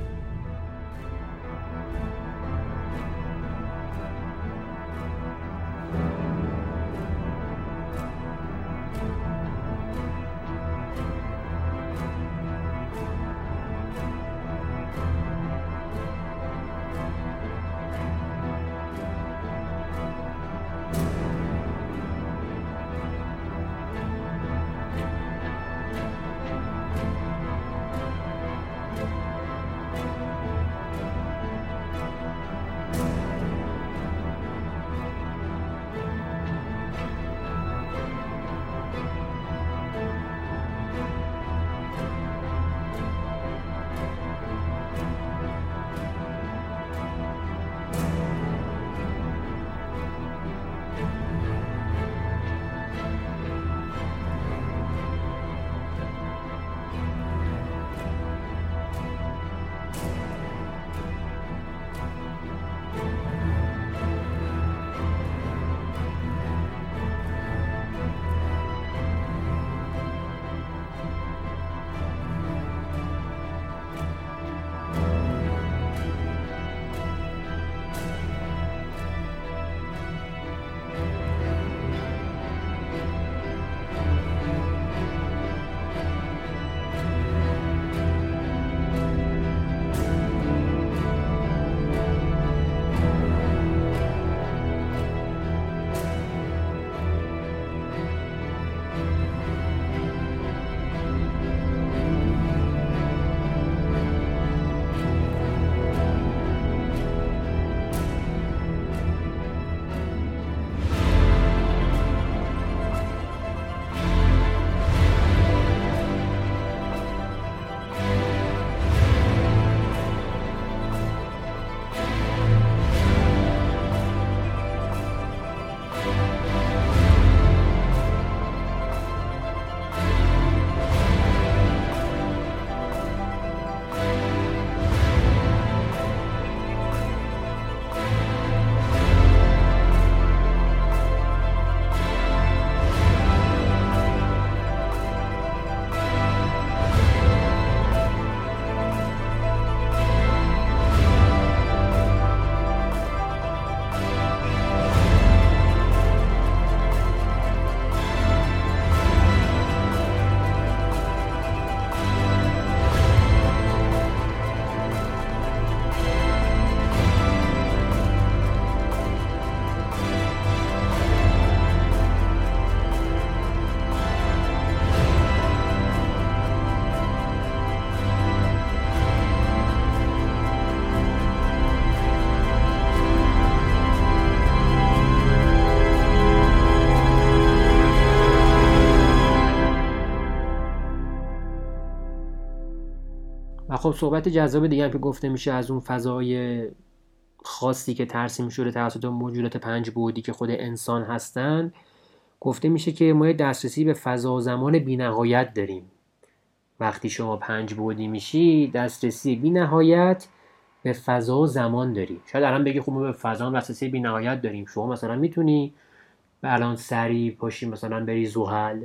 خب صحبت جذاب دیگه هم که گفته میشه از اون فضای خاصی که ترسیم شده توسط موجودات پنج بعدی که خود انسان هستن، گفته میشه که ما دسترسی به فضا و زمان بی‌نهایت داریم. وقتی شما پنج بعدی میشی دسترسی بی‌نهایت به فضا و زمان داری. شاید الان بگی خب ما به فضا دسترسی بی‌نهایت داریم. شما مثلا میتونی به الان سری پاشی مثلا بری زحل،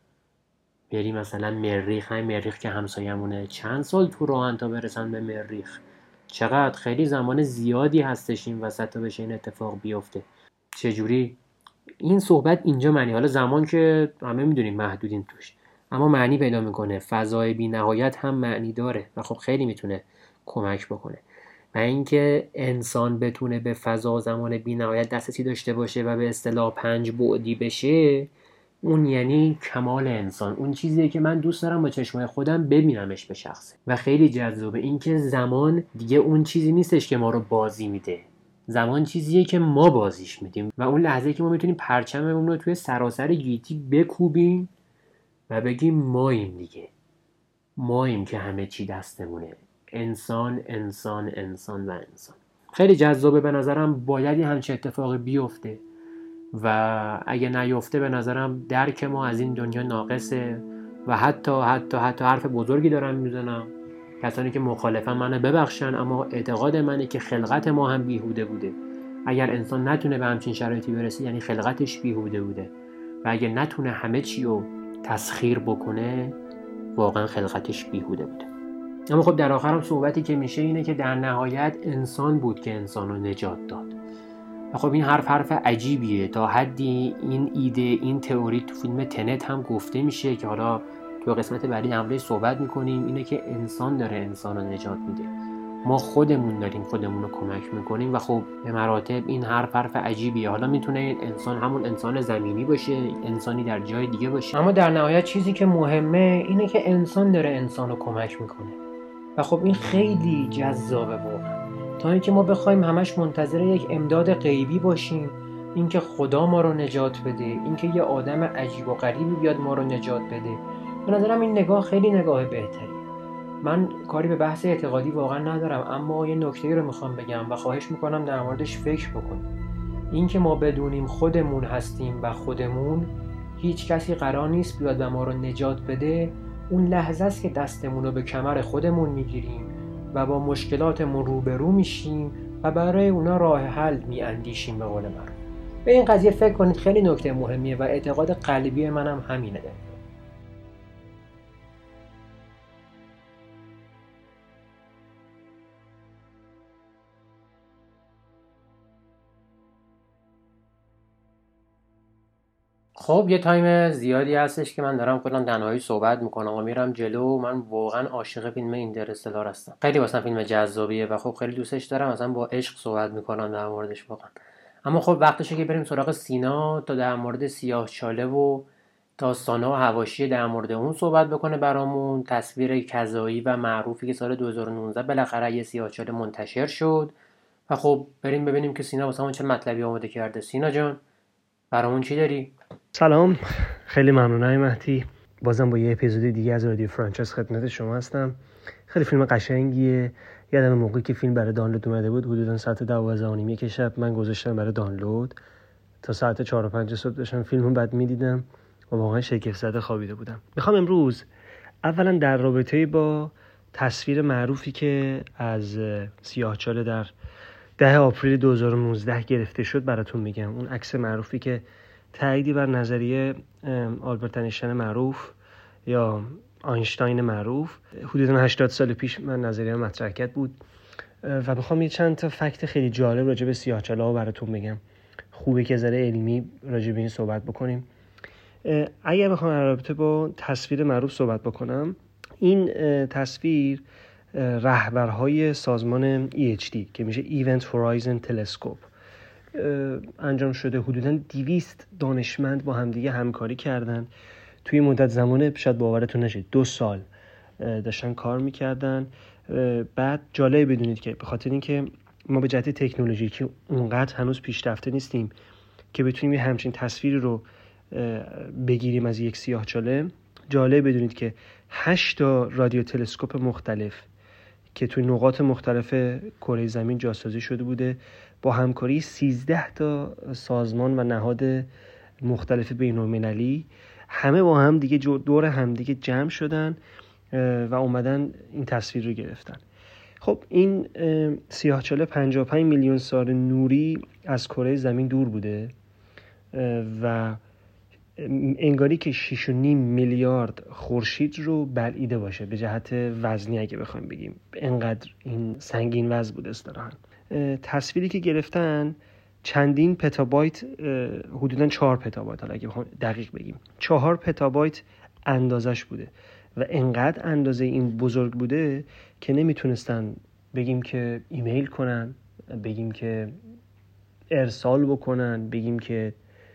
بری مثلا مریخ. همین مریخ که همسایه‌مونه چند سال تو راهن تا برسن به مریخ. چقدر خیلی زمان زیادی هستش این وسط تا بشه این اتفاق بیفته. چجوری؟ این صحبت اینجا معنی، حالا زمان که همه میدونیم محدودین توش، اما معنی پیدا میکنه. فضای بی نهایت هم معنی داره و خب خیلی میتونه کمک بکنه. و اینکه انسان بتونه به فضا و زمان بی نهایت دسترسی داشته باشه و به اصطلاح پنج بعدی بشه، اون یعنی کمال انسان. اون چیزیه که من دوست دارم با چشمای خودم ببینمش به شخصه و خیلی جذابه. اینکه زمان دیگه اون چیزی نیستش که ما رو بازی میده، زمان چیزیه که ما بازیش میدیم و اون لحظه که ما میتونیم پرچممون رو توی سراسر گیتی بکوبیم و بگیم ماییم دیگه، ماییم که همه چی دستمونه. انسان انسان انسان و انسان. خیلی جذابه به نظرم. باید همچین اتفاقی بیفته و اگه نیفته به نظرم درک ما از این دنیا ناقصه و حتی حتی حتی حرف بزرگی دارم میزنم. کسانی که مخالفن منو ببخشن، اما اعتقاد منه که خلقت ما هم بیهوده بوده. اگر انسان نتونه به همچین شرایطی برسه یعنی خلقتش بیهوده بوده و اگه نتونه همه چی رو تسخیر بکنه واقعا خلقتش بیهوده بوده. اما خب در آخرم صحبتی که میشه اینه که در نهایت انسان بود که انسان رو نجات داد. و خب این حرف حرف عجیبیه. تا حدی این ایده، این تئوری تو فیلم تنت هم گفته میشه که حالا تو قسمت بعدی همراهش صحبت میکنیم. اینه که انسان داره انسان رو نجات میده، ما خودمون داریم خودمون رو کمک میکنیم و خب به مراتب این حرف حرف عجیبیه. حالا میتونه این انسان همون انسان زمینی باشه، انسانی در جای دیگه باشه، اما در نهایت چیزی که مهمه اینه که انسان داره انسان رو کمک میکنه و خب این خیلی جذابه واقعا. تا اینکه ما بخوایم همش منتظر یک امداد غیبی باشیم، اینکه خدا ما رو نجات بده، اینکه یه آدم عجیب و غریبی بیاد ما رو نجات بده، به نظرم این نگاه خیلی نگاه بهتری. من کاری به بحث اعتقادی واقعا ندارم، اما یه نکته‌ای رو میخوام بگم و خواهش میکنم در موردش فکر بکنیم. اینکه ما بدونیم خودمون هستیم و خودمون هیچ کسی قرار نیست بیاد و ما رو نجات بده، اون لحظه است که دستمون رو به کمر خودمون میگیریم و با مشکلاتمون روبرو میشیم و برای اونا راه حل میاندیشیم. به قول من به این قضیه فکر کنید، خیلی نکته مهمیه و اعتقاد قلبی منم همینه. ده. خب یه تایم زیادی هستش که من دارم خودم تنهایی صحبت میکنم و میرم جلو. من واقعا عاشق فیلم اینترستلار هستم. خیلی واسم فیلم جذابیه و خب خیلی دوستش دارم، مثلا با عشق صحبت میکنم در موردش واقعا. اما خب وقتشه که بریم سراغ سینا تا در مورد سیاهچاله و داستانا و حواشی در مورد اون صحبت بکنه برامون. تصویر کذایی و معروفی که سال دو هزار و نوزده بالاخره یه سیاهچاله منتشر شد و خب بریم ببینیم که سینا واسمون چه مطلبی آماده کرده. سینا جان برامون چی داری؟ سلام، خیلی ممنونم مهدی. بازم با یه اپیزود دیگه از رادیو فرانچایز خدمت شما هستم. خیلی فیلم قشنگیه. یادم موقعی که فیلم برای دانلود اومده بود حدودا ساعت دوازده و نیم یک شب من گذاشتم برای دانلود تا ساعت چهار و پنج صبح داشتم فیلمو بعد میدیدم و واقعا شگفت زده خوابیده بودم. میخوام امروز اولا در رابطه با تصویر معروفی که از سیاهچاله در ده آپریل دو هزار و نوزده گرفته شد براتون میگم. اون عکس معروفی که تأییدی بر نظریه آلبرت اینشتین معروف یا آینشتاین معروف حدوداً هشتاد سال پیش من نظریه مطرح کرد بود و بخوام یه چند تا فکت خیلی جالب راجع به سیاهچاله‌ها براتون بگم. خوبه که ذره علمی راجع به این صحبت بکنیم. اگر بخوام در رابطه با تصویر معروف صحبت بکنم، این تصویر رهبرهای سازمان ای اچ دی که میشه Event Horizon Telescope انجام شده. حدوداً دویست دانشمند با همدیگه همکاری کردن توی مدت زمان شاید باورتون نشه دو سال داشتن کار میکردن. بعد جالب بدونید که به خاطر اینکه ما به جهت تکنولوژیکی اونقدر هنوز پیشرفته نیستیم که بتونیم یه همچین تصویری رو بگیریم از یک سیاهچاله، جالب بدونید که هشت تا رادیو تلسکوپ مختلف که توی نقاط مختلف کره زمین جاسازی شده بوده با همکاری سیزده تا سازمان و نهاد مختلف بین‌المللی. همه با هم دیگه دور هم دیگه جمع شدن و اومدن این تصویر رو گرفتن. خب این سیاهچاله پنجاه و پنج میلیون سال نوری از کره زمین دور بوده و انگاری که شش و نیم میلیارد خورشید رو بلعیده باشه به جهت وزنی اگه بخوایم بگیم. انقدر این سنگین وزن بوده اصطلاحاً. تصویری که گرفتن چندین پتابایت، حدوداً چهار پتابایت، حالا اگه دقیق بگیم چهار پتابایت اندازش بوده و انقدر اندازه این بزرگ بوده که نمیتونستن بگیم که ایمیل کنن، بگیم که ارسال بکنن، بگیم که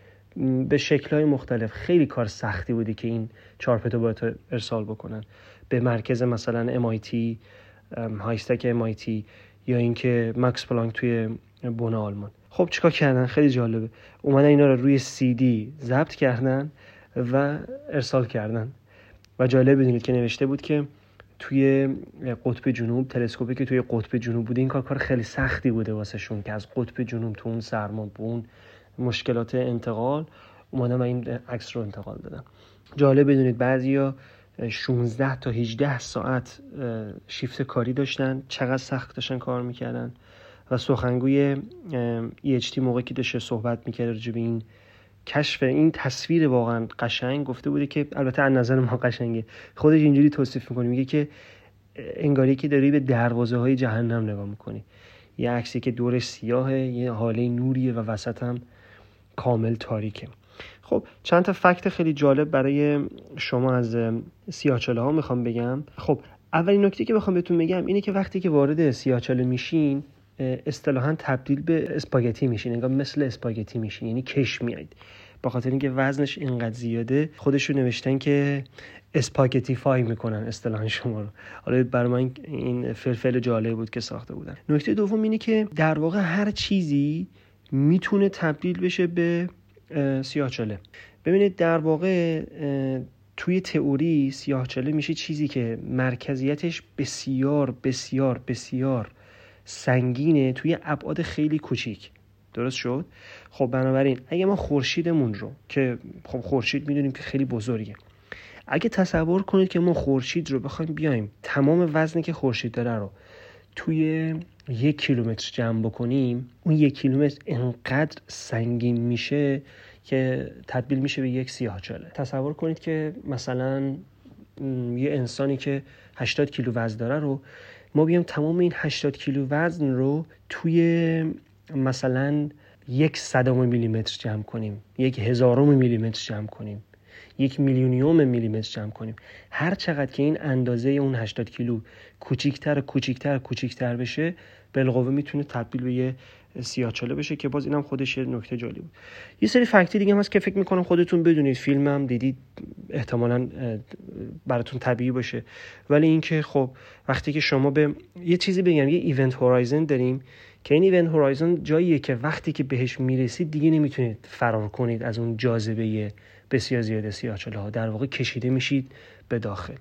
به شکل‌های مختلف. خیلی کار سختی بوده که این چهار پتابایت رو ارسال بکنن به مرکز مثلا ام آی تی، هایستک ام آی تی یا اینکه ماکس پلانک توی بن آلمان. خب چیکار کردن؟ خیلی جالبه. اومدن اینا رو روی سی دی ضبط کردن و ارسال کردن و جالب بدونید که نوشته بود که توی قطب جنوب، تلسکوپی که توی قطب جنوب بوده، این کار کار خیلی سختی بوده واسه شون که از قطب جنوب تو اون سرما با اون مشکلات انتقال اومدن و این عکس رو انتقال دادن. جالب بدونید بعضیا شانزده تا هجده ساعت شیفت کاری داشتن، چقدر سخت داشتن کار میکردن و سخنگوی ای اچ تی موقعی که داشته صحبت میکرد راجع به این کشف این تصویر واقعا قشنگ گفته بوده که البته از نظر ما قشنگه، خودش اینجوری توصیف میکنه، میگه که انگاری که داری به دروازه های جهنم نگاه میکنی. یه عکسی که دورش سیاهه، یه حاله نوریه و وسط هم کامل تاریکه. خب چند تا فکت خیلی جالب برای شما از سیاهچاله ها میخوام بگم. خب اولین نکته که بخوام بهتون بگم اینه که وقتی که وارد سیاهچاله میشین اصطلاحاً تبدیل به اسپاگتی میشین، انگار مثل اسپاگتی میشین، یعنی کش میایید. با خاطر اینکه وزنش اینقدر زیاده خودشون نوشتن که اسپاگتیفای میکنن اصطلاحاً شما رو. حالا برای من این فلفل جالب بود که ساخته بودن. نکته دوم اینه که در واقع هر چیزی میتونه تبدیل بشه به سیاهچاله. ببینید در واقع توی تئوری سیاهچاله میشه چیزی که مرکزیتش بسیار بسیار بسیار سنگینه توی ابعاد خیلی کوچیک. درست شد؟ خب بنابراین اگه ما خورشیدمون رو که خب خورشید میدونیم که خیلی بزرگه، اگه تصور کنید که ما خورشید رو بخوایم بیایم تمام وزنی که خورشید داره رو توی یک کیلومتر جمع بکنیم، اون یک کیلومتر انقدر سنگین میشه که تبدیل میشه به یک سیاهچاله. تصور کنید که مثلا یه انسانی که هشتاد کیلو وزن داره رو ما بیام تمام این هشتاد کیلو وزن رو توی مثلا یک صدم میلیمتر جمع کنیم، یک هزارم میلیمتر جمع کنیم، یک میلیونیوم میلیمتر جمع کنیم، هر چقدر که این اندازه اون هشتاد کیلو کوچیکتر کوچیکتر کوچیکتر بشه بالقوه میتونه تبدیل به یه سیاهچاله بشه که باز اینم خودش یه نکته جالب بود. یه سری فکتی دیگه هم هست که فکر میکنم خودتون بدونید، فیلم هم دیدید احتمالاً براتون طبیعی باشه، ولی اینکه خب وقتی که شما به یه چیزی بگم، یه ایونت هورایزن داریم که این ایونت هورایزن جاییه که وقتی که بهش میرسید دیگه نمیتونید فرار کنید از اون جاذبه بسیار زیاد سیاهچاله ها، در واقع کشیده میشید به داخل.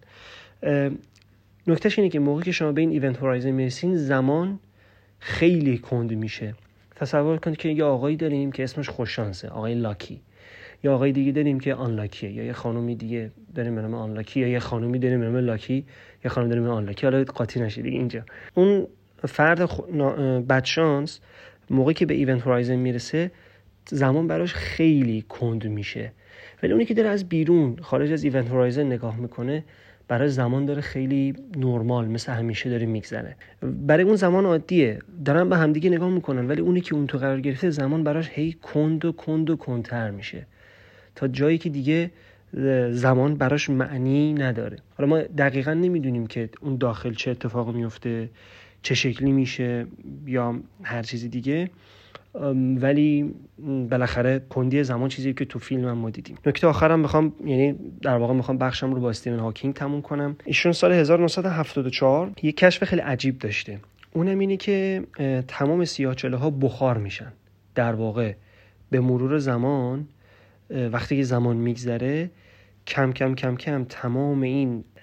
نکتهش اینه که موقعی که شما به این ایونت هورایزن میرسین زمان خیلی کند میشه. تصور کنید که یه آقایی داریم که اسمش خوششانسه، آقای لاکی، یا آقای دیگه داریم که آن لاکیه، یا یه خانومی دیگه داریم به نام آن لاکی، یا یه خانومی داریم به نام لاکی، یا خانم داریم به نام آن لاکی. حالا قاطی نشید دیگه اینجا. اون فرد خ... بدشانس موقعی که به ایونت هورایزن میرسه زمان براش خیلی کند میشه، ولی اونی که داره از بیرون خارج از ایونت هورایزن نگاه میکنه برای زمان داره خیلی نرمال مثل همیشه داره میگذره. برای اون زمان عادیه، دارن به همدیگه نگاه میکنن، ولی اونی که اون تو قرار گرفته زمان براش هی کند و کند و کندتر میشه تا جایی که دیگه زمان براش معنی نداره. حالا ما دقیقاً نمیدونیم که اون داخل چه اتفاقی میفته، چه شکلی میشه یا هر چیزی دیگه، ولی بالاخره کندی زمان چیزی که تو فیلم هم ما دیدیم. نکته آخرم میخوام، یعنی در واقع میخوام بخشم رو با استیون هاکینگ تموم کنم. ایشون سال هزار و نهصد و هفتاد و چهار یک کشف خیلی عجیب داشته، اونم اینه که تمام سیاهچاله ها بخار میشن. در واقع به مرور زمان وقتی که زمان میگذره کم کم کم کم تمام این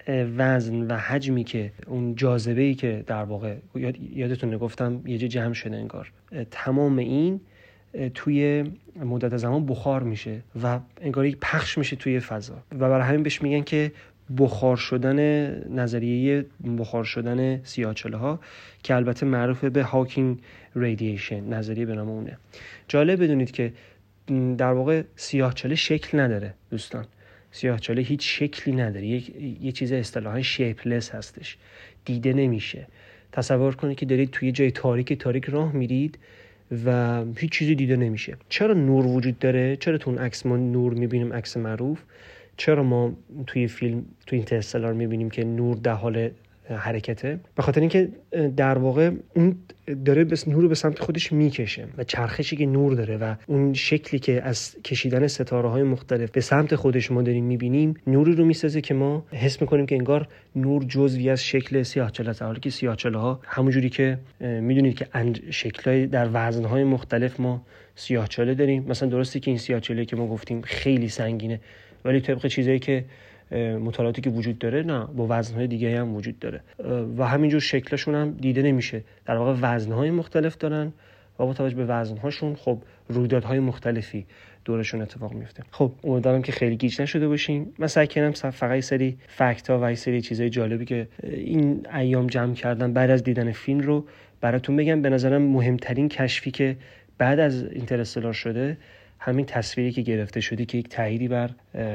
وزن و حجمی که اون جاذبه‌ای که در واقع یادتونه گفتم یه جا جمع شده انگار، تمام این توی مدت زمان بخار میشه و انگار یک پخش میشه توی فضا و برای همین بهش میگن که بخار شدن، نظریه بخار شدن سیاه‌چاله‌ها که البته معروفه به هاکینگ رادییشن، نظریه به نام اونه. جالب بدونید که در واقع سیاه‌چاله شکل نداره دوستان. سیاه‌چاله هیچ شکلی نداره، یک یه چیز اصطلاحاً شیپلس هستش، دیده نمیشه. تصور کنید که دارید توی جای تاریک تاریک راه میرید و هیچ چیزی دیده نمیشه. چرا نور وجود داره؟ چرا تو اون عکس ما نور میبینیم، عکس معروف؟ چرا ما توی فیلم توی اینترستلار میبینیم که نور در حال حرکته؟ به خاطر اینکه در واقع اون داره بس نور رو به سمت خودش میکشه و چرخشی که نور داره و اون شکلی که از کشیدن ستاره‌های مختلف به سمت خودش ما داریم میبینیم، نوری رو میسازه که ما حس میکنیم که انگار نور جزوی از شکل سیاه‌چاله است. حالا که سیاه‌چاله‌ها همونجوری که میدونید که شکل‌های در وزن‌های مختلف ما سیاه‌چاله داریم. مثلا درسته که این سیاه‌چاله که ما گفتیم خیلی سنگینه، ولی طبق چیزایی که مطالعاتی که وجود داره نه، با وزن‌های دیگه هم وجود داره و همینجور شکلشون هم دیده نمیشه. در واقع وزن‌های مختلف دارن و با توجه به وزن‌هاشون خب رویدادهای مختلفی دورشون اتفاق میفته. خب امیدوارم که خیلی گیج نشده باشین. من سعی کردم فقط یه سری فکت‌ها و یه سری چیزای جالبی که این ایام جمع کردم بعد از دیدن فیلم رو براتون بگم. به نظرم مهمترین کشفی که بعد از اینترستلار شده همین تصویری که گرفته شده که یک تأییدی بر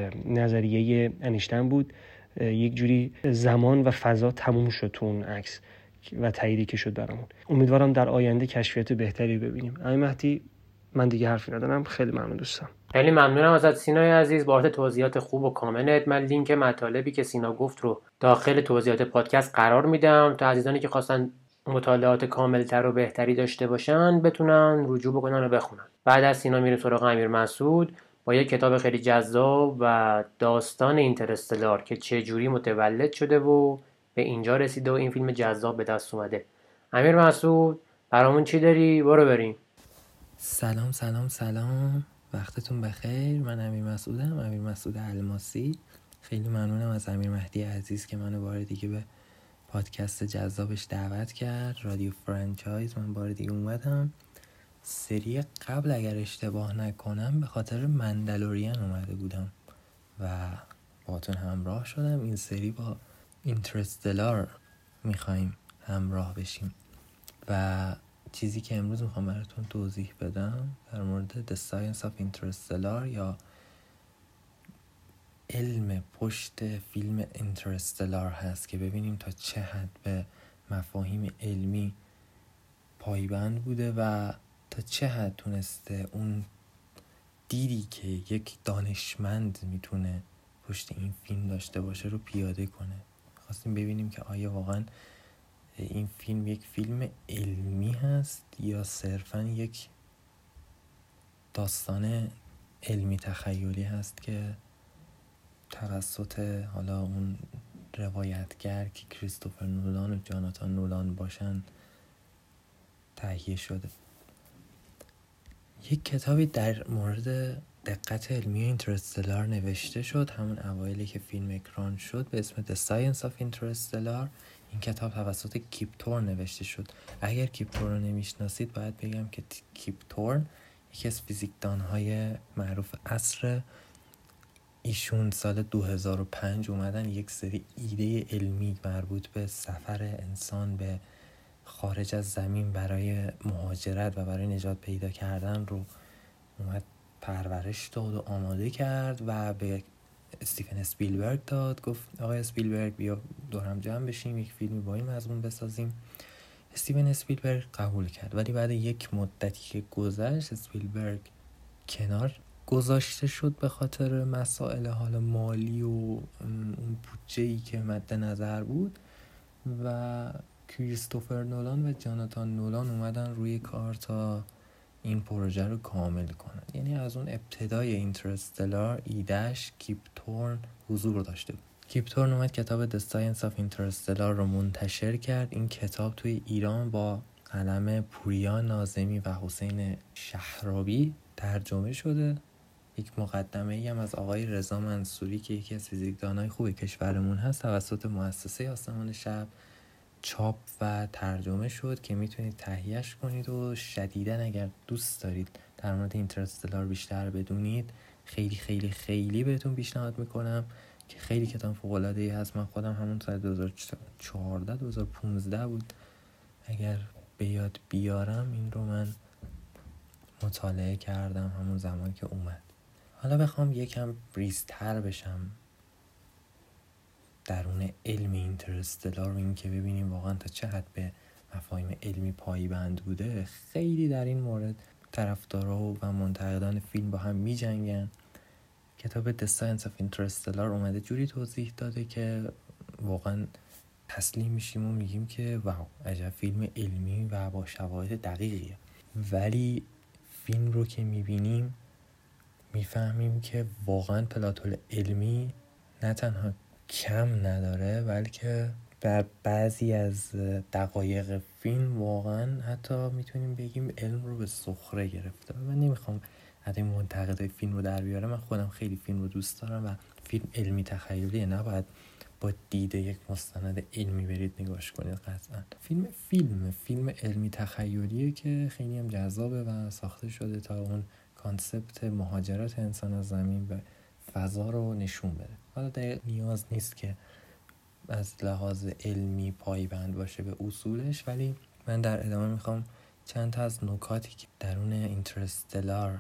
نظریه انیشتین بود. یک جوری زمان و فضا تموم شد تو اون عکس و تأییدی که شد برامون. امیدوارم در آینده کشفیات بهتری ببینیم. آقای مهدی من دیگه حرفی ندارم، خیلی ممنون دوستان. خیلی ممنونم ازت سینای عزیز بابت توضیحات خوب و کاملت. من لینک مطالبی که سینا گفت رو داخل توضیحات پادکست قرار میدم تا عزیزانی که خواستن مطالعات کاملتر و بهتری داشته باشن بتونن رجوع بکنن و بخونن. بعد از سینا میریم سراغ امیر مسعود با یک کتاب خیلی جذاب و داستان اینترستلار که چه جوری متولد شده و به اینجا رسیده و این فیلم جذاب به دست اومده. امیر مسعود برامون چی داری؟ برو بریم. سلام سلام سلام، وقتتون بخیر. من امیر مسعودم، امیر مسعود الماسی. خیلی ممنونم از امیر مهدی عزیز که منو بار دیگه به پادکست جذابش دعوت کرد، رادیو فرانچایز. من بار دیگه اومدم. سری قبل اگر اشتباه نکنم به خاطر مندلورین اومده بودم و باهاتون همراه شدم. این سری با اینترستلار میخوایم همراه بشیم و چیزی که امروز میخوام براتون توضیح بدم در مورد The Science of Interstellar یا علم پشت فیلم اینترستلار هست که ببینیم تا چه حد به مفاهیم علمی پایبند بوده و تا چه حد تونسته اون دیدی که یک دانشمند میتونه پشت این فیلم داشته باشه رو پیاده کنه. خواستیم ببینیم که آیا واقعا این فیلم یک فیلم علمی هست یا صرفاً یک داستان علمی تخیلی هست که توسط حالا اون روایتگر که کریستوفر نولان و جاناتان نولان باشن تهیه شده. یک کتابی در مورد دقت علمی اینترستلار نوشته شد همون اوایلی که فیلم اکران شد به اسم The Science of Interstellar. این کتاب توسط کیپ تورن نوشته شد. اگر کیپ تورن رو نمیشناسید باید بگم که کیپ تورن یکی از فیزیکدان‌های معروف عصر، ایشون سال دو هزار و پنج اومدن یک سری ایده علمی مربوط به سفر انسان به خارج از زمین برای مهاجرت و برای نجات پیدا کردن رو اومد پرورش داد و آماده کرد و به استیون اسپیلبرگ داد. گفت آقای اسپیلبرگ بیا دور هم جمع بشیم یک فیلمی با این مضمون بسازیم. استیون اسپیلبرگ قبول کرد، ولی بعد یک مدتی که گذشت اسپیلبرگ کنار گذاشته شد به خاطر مسائل حال مالی و اون بودجه‌ای که مد نظر بود و کریستوفر نولان و جاناتان نولان اومدن روی کار تا این پروژه رو کامل کنن. یعنی از اون ابتدای اینترستلار ایدهش کیپ تورن حضور داشته بود. کیپ تورن اومد کتاب The Science of Interstellar رو منتشر کرد. این کتاب توی ایران با قلم پوریا ناظمی و حسین شهرابی ترجمه شده یک مقدمه ای هم از آقای رضا منصوری که یکی از فیزیکدانای خوب کشورمون هست توسط مؤسسه آسمان شب چاپ و ترجمه شد که میتونید تهیهش کنید و شدیداً اگر دوست دارید در مورد اینترستلار بیشتر بدونید خیلی خیلی خیلی بهتون پیشنهاد میکنم که خیلی کتاب فوق‌العاده‌ای هست. من خودم همون سال دو هزار و چهارده دو هزار و پانزده بود اگر به یاد بیارم این رو من مطالعه کردم همون زمان که اومد. حالا بخوام یکم ریزتر بشم درون علم اینترستلار و این که ببینیم واقعا تا چه حد به مفاهیم علمی پایبند بوده، خیلی در این مورد طرفدارا و منتقدان فیلم با هم می جنگن. کتاب The Science of Interstellar اومده جوری توضیح داده که واقعا تسلیم میشیم و میگیم که واو عجب فیلم علمی و با شواهد دقیقیه، ولی فیلم رو که میبینیم میفهمیم که واقعا پلاتول علمی نه تنها کم نداره بلکه در بعضی از دقایق فیلم واقعا حتی میتونیم بگیم علم رو به سخره گرفته. من نمیخوام حتی منتقدای فیلم رو در بیارم، من خودم خیلی فیلم رو دوست دارم و فیلم علمی تخیلیه، نباید با دیده یک مستند علمی برید نگاش کنید. قطعا فیلم فیلم فیلم علمی تخیلیه که خیلی هم جذابه و ساخته شده تا اون کانسپت مهاجرت انسان از زمین به فضا رو نشون بده. حالا دقیق نیاز نیست که از لحاظ علمی پایبند باشه به اصولش، ولی من در ادامه میخوام چند تا از نکاتی که درون اینترستلار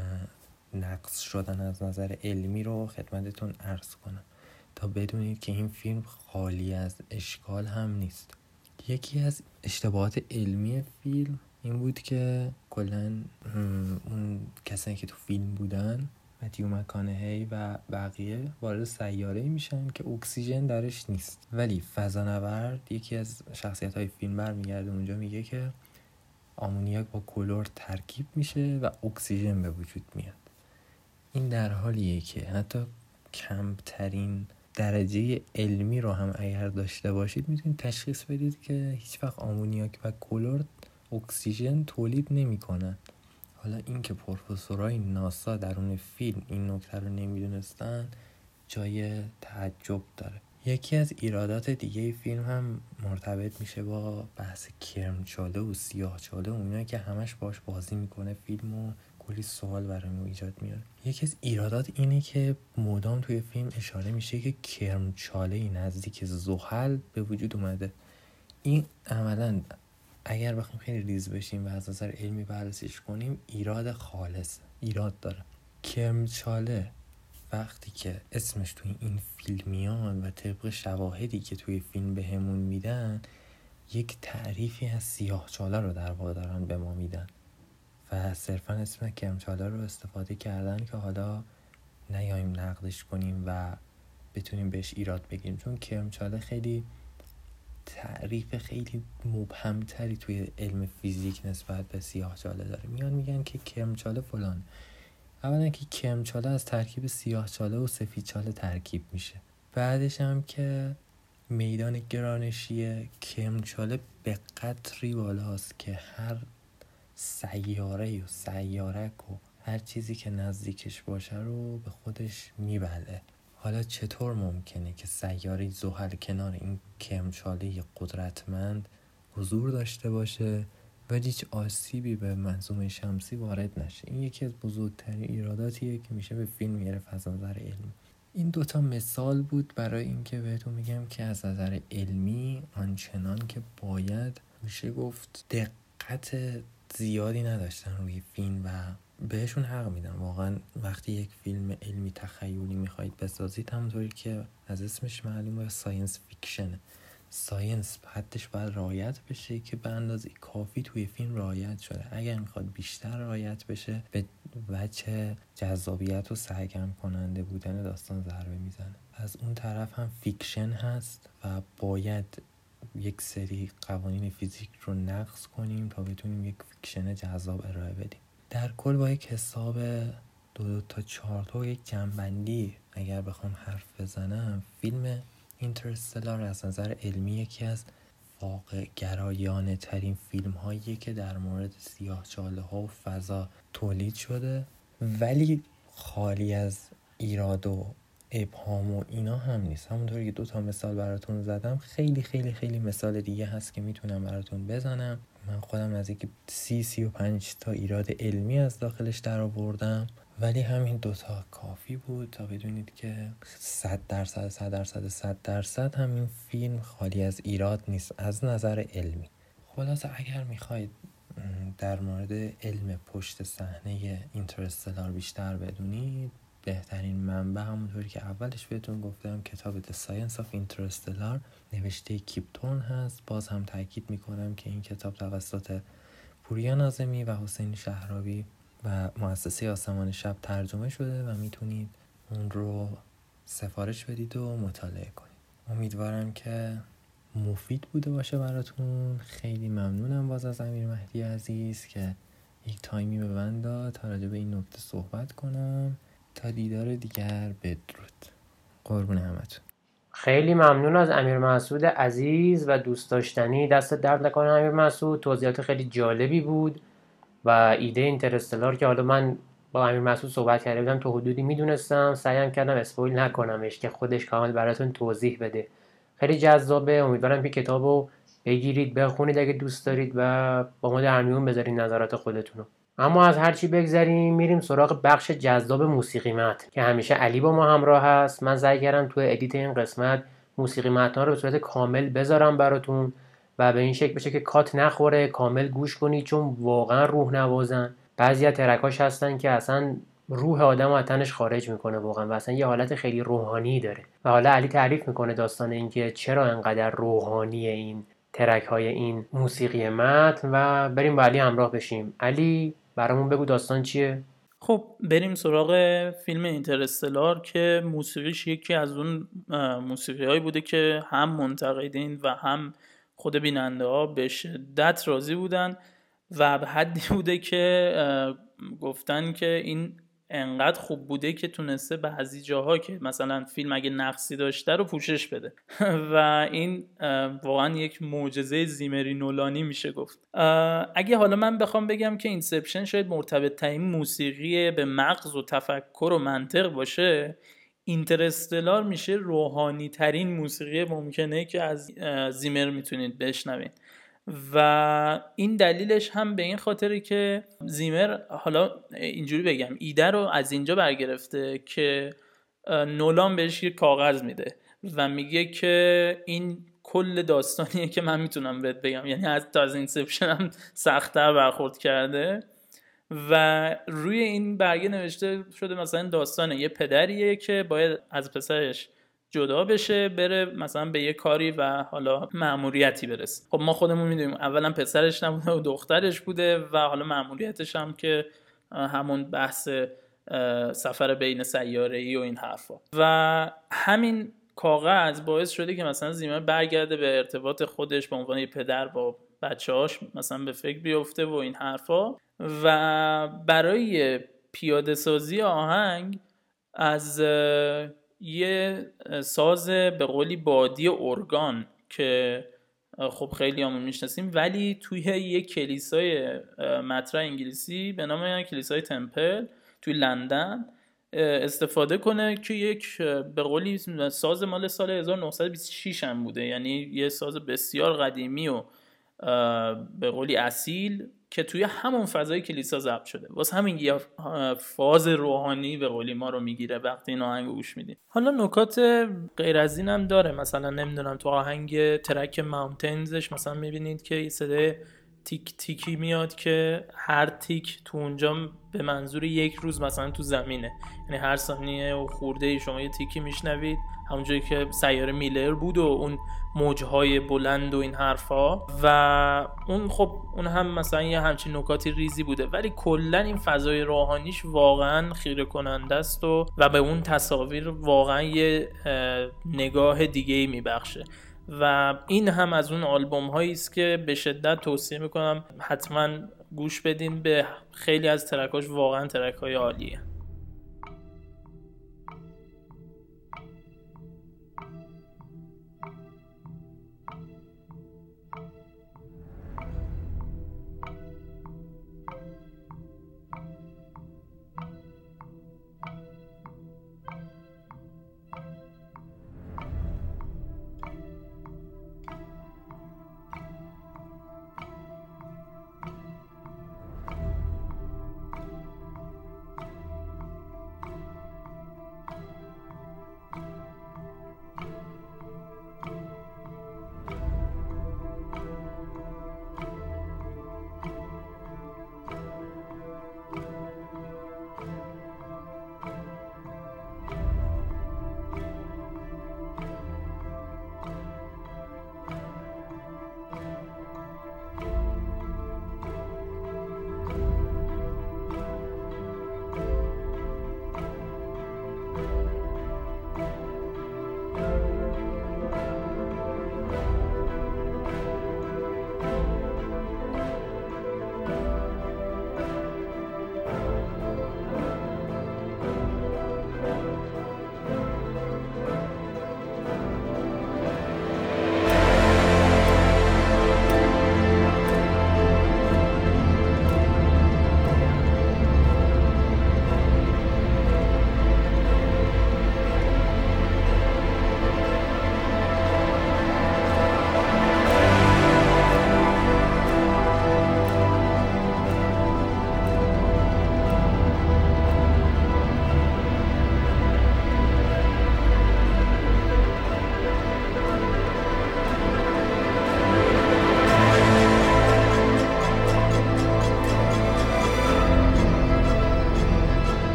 نقص شدن از نظر علمی رو خدمتتون عرض کنم تا بدونید که این فیلم خالی از اشکال هم نیست. یکی از اشتباهات علمی فیلم این بود که کلاً اون کسانی که تو فیلم بودن متیو مکانهی و بقیه وارد سیاره‌ای میشن که اکسیژن درش نیست، ولی فضانورد یکی از شخصیت‌های فیلم برمیگرده اونجا میگه که آمونیاک با کلور ترکیب میشه و اکسیژن به وجود میاد. این در حالیه که حتی کمترین درجه علمی رو هم اگر داشته باشید میتونید تشخیص بدید که هیچ وقت آمونیاک و کلور اکسیژن تولید نمیکنن. حالا این که پروفسورای ناسا در اون فیلم این نکته رو نمیدونستن جای تعجب داره. یکی از ایرادات دیگه فیلم هم مرتبط میشه با بحث کرمچاله و سیاهچاله و اینا که همش باش بازی میکنه فیلم و کلی سوال برای ما ایجاد میاره. یکی از ایرادات اینه که مدام توی فیلم اشاره میشه که کرمچاله نزدیک زحل به وجود اومده. این عملاً اگر بخوام خیلی ریز بشیم و از نظر علمی بررسیش کنیم ایراد خالص ایراد داره. کرمچاله وقتی که اسمش توی این فیلم میاد و طبق شواهدی که توی فیلم بهمون میدن یک تعریفی از سیاهچاله رو در واقع دارن به ما میدن و صرفا اسم کرمچاله رو استفاده کردن که حالا نیاییم نقدش کنیم و بتونیم بهش ایراد بگیریم، چون کرمچاله خیلی تعریف خیلی مبهمتری توی علم فیزیک نسبت به سیاهچاله داره. میان میگن که کرمچاله فلان. اولا که کرمچاله از ترکیب سیاهچاله و سفیدچاله ترکیب میشه. بعدش هم که میدان گرانشی کرمچاله به قدری بالاست که هر سیاره و سیارک و هر چیزی که نزدیکش باشه رو به خودش میبله. حالا چطور ممکنه که سیاره زحل کنار این کرمچاله قدرتمند حضور داشته باشه و هیچ آسیبی به منظومه شمسی وارد نشه؟ این یکی از بزرگترین ایراداتیه که میشه به فیلم گرفت از نظر علمی. این دوتا مثال بود برای اینکه بهتون میگم که از نظر علمی آنچنان که باید میشه گفت دقت زیادی نداشتن روی فیلم و بهشون حق میدم. واقعا وقتی یک فیلم علمی تخیلی میخواید بسازید همونطوری که از اسمش معلومه ساینس فیکشنه، ساینس حدش باید رعایت بشه که به اندازه کافی توی فیلم رعایت شده. اگر میخواد بیشتر رعایت بشه به وجه جذابیت و سرگرم کننده بودن داستان ضربه میزنه. از اون طرف هم فیکشن هست و باید یک سری قوانین فیزیک رو نقض کنیم تا بتونیم یک فیکشن جذاب ارائه بدیم. در کل با یک حساب دو دو تا چهار تا و یک جنبندی اگر بخوام حرف بزنم، فیلم اینترستلار از نظر علمی یکی از واقع گرایانه ترین فیلم هاییه که در مورد سیاهچاله ها و فضا تولید شده، ولی خالی از ایراد و ابهام و اینا هم نیست. همونطوری که دو تا مثال براتون زدم، خیلی خیلی خیلی مثال دیگه هست که میتونم براتون بزنم. من خودم از اینکه سی سی و پنج تا ایراد علمی از داخلش در آوردم، ولی همین دوتا کافی بود تا بدونید که صد درصد صد درصد صد درصد همین فیلم خالی از ایراد نیست از نظر علمی. خلاصه اگر میخواید در مورد علم پشت صحنه اینترستلار بیشتر بدونید، بهترین منبع همونطوری که اولش بهتون گفتم کتاب The Science of Interstellar نوشته کیپ تورن هست. باز هم تاکید میکنم که این کتاب توسط پوریا ناظمی و حسین شهرابی و مؤسسه آسمان شب ترجمه شده و میتونید اون رو سفارش بدید و مطالعه کنید. امیدوارم که مفید بوده باشه براتون. خیلی ممنونم باز از امیر مهدی عزیز که یک تایمی به من داد تا راجع به این نکته صحبت کنم. تا دیدار دیگر بدرود. قربون همتون. خیلی ممنون از امیر مسعود عزیز و دوست داشتنی. دست درد نکنه امیر مسعود، توضیحات خیلی جالبی بود و ایده اینترستلار که حالا من با امیر مسعود صحبت کرده بودم تو حدودی میدونستم، سعیم کردم اسپویل نکنمش که خودش کامل براتون توضیح بده. خیلی جذابه. امیدوارم که کتابو بگیرید بخونید اگه دوست دارید و با ما در میون بذارید نظرات خودتونو. اما از هر چی بگذریم میریم سراغ بخش جذاب موسیقی متن که همیشه علی با ما همراه هست. من سعی کردم تو ادیت این قسمت موسیقی متن‌ها رو به صورت کامل بذارم براتون و به این شکل بشه که کات نخوره، کامل گوش کنید چون واقعا روح نوازن. بعضی از ترکاش هستن که اصلا روح آدم از تنش خارج میکنه واقعا و اصلا یه حالت خیلی روحانی داره. و حالا علی تعریف میکنه داستان این که چرا انقدر روحانی این ترک های این موسیقی متن و بریم با علی همراه بشیم. علی برامون بگو داستان چیه؟ خب بریم سراغ فیلم اینترستلار که موسیقیش یکی از اون موسیقی هایی بوده که هم منتقدین و هم خود بیننده ها به شدت راضی بودن و به حدی بوده که گفتن که این انقدر خوب بوده که تونسته بعضی جاها که مثلا فیلم اگه نقصی داشته رو پوشش بده و این واقعا یک معجزه زیمری نولانی میشه گفت. اگه حالا من بخوام بگم که اینسپشن شاید مرتبط ترین موسیقی به مغز و تفکر و منطق باشه، اینترستلار میشه روحانی ترین موسیقی ممکنه که از زیمر میتونید بشنوید و این دلیلش هم به این خاطره که زیمر، حالا اینجوری بگم، ایده رو از اینجا برگرفته که نولان بهش یه کاغذ میده و میگه که این کل داستانیه که من میتونم بهت بگم، یعنی از تا از اینسپشن هم سخت‌تر برخورد کرده و روی این برگه نوشته شده مثلا داستانه یه پدریه که باید از پسرش جدا بشه بره مثلا به یه کاری و حالا مأموریتی برسه. خب ما خودمون میدونیم اولا پسرش نبوده و دخترش بوده و حالا مأموریتش هم که همون بحث سفر بین سیاره‌ای و این حرفا و همین کاغذ باعث شده که مثلا زیمر برگرده به ارتباط خودش به عنوان یه پدر با بچه‌هاش مثلا به فکر بیفته و این حرفا و برای پیاده سازی آهنگ از یه ساز به قولی بادی ارگان که خب خیلی همون میشناسیم ولی توی یه کلیسای مطرح انگلیسی به نام کلیسای تمپل توی لندن استفاده کنه که یک به قولی ساز مال سال هزار و نهصد و بیست و شش هم بوده، یعنی یه ساز بسیار قدیمی و به قولی اصیل که توی همون فضای کلیسا ضبط شده. واسه همین یه فاز روحانی به قولی ما رو میگیره وقتی این آهنگ گوش میدیم. حالا نکات غیر از این هم داره، مثلا نمیدونم تو آهنگ ترک ماونتینزش مثلا میبینید که یه صدای تیک تیکی میاد که هر تیک تو اونجا به منظور یک روز مثلا تو زمینه، یعنی هر ثانیه و خورده شما یه تیکی میشنوید همونجوری که سیاره میلر بود و اون موجهای بلند و این حرفا و اون خب اون هم مثلا یه همچین نکاتی ریزی بوده ولی کلا این فضای روحانیش واقعا خیره کننده است و و به اون تصاویر واقعا یه نگاه دیگه‌ای میبخشه و این هم از اون آلبوم هایی است که به شدت توصیه میکنم حتما گوش بدین. به خیلی از ترکاش واقعا ترک های عالیه.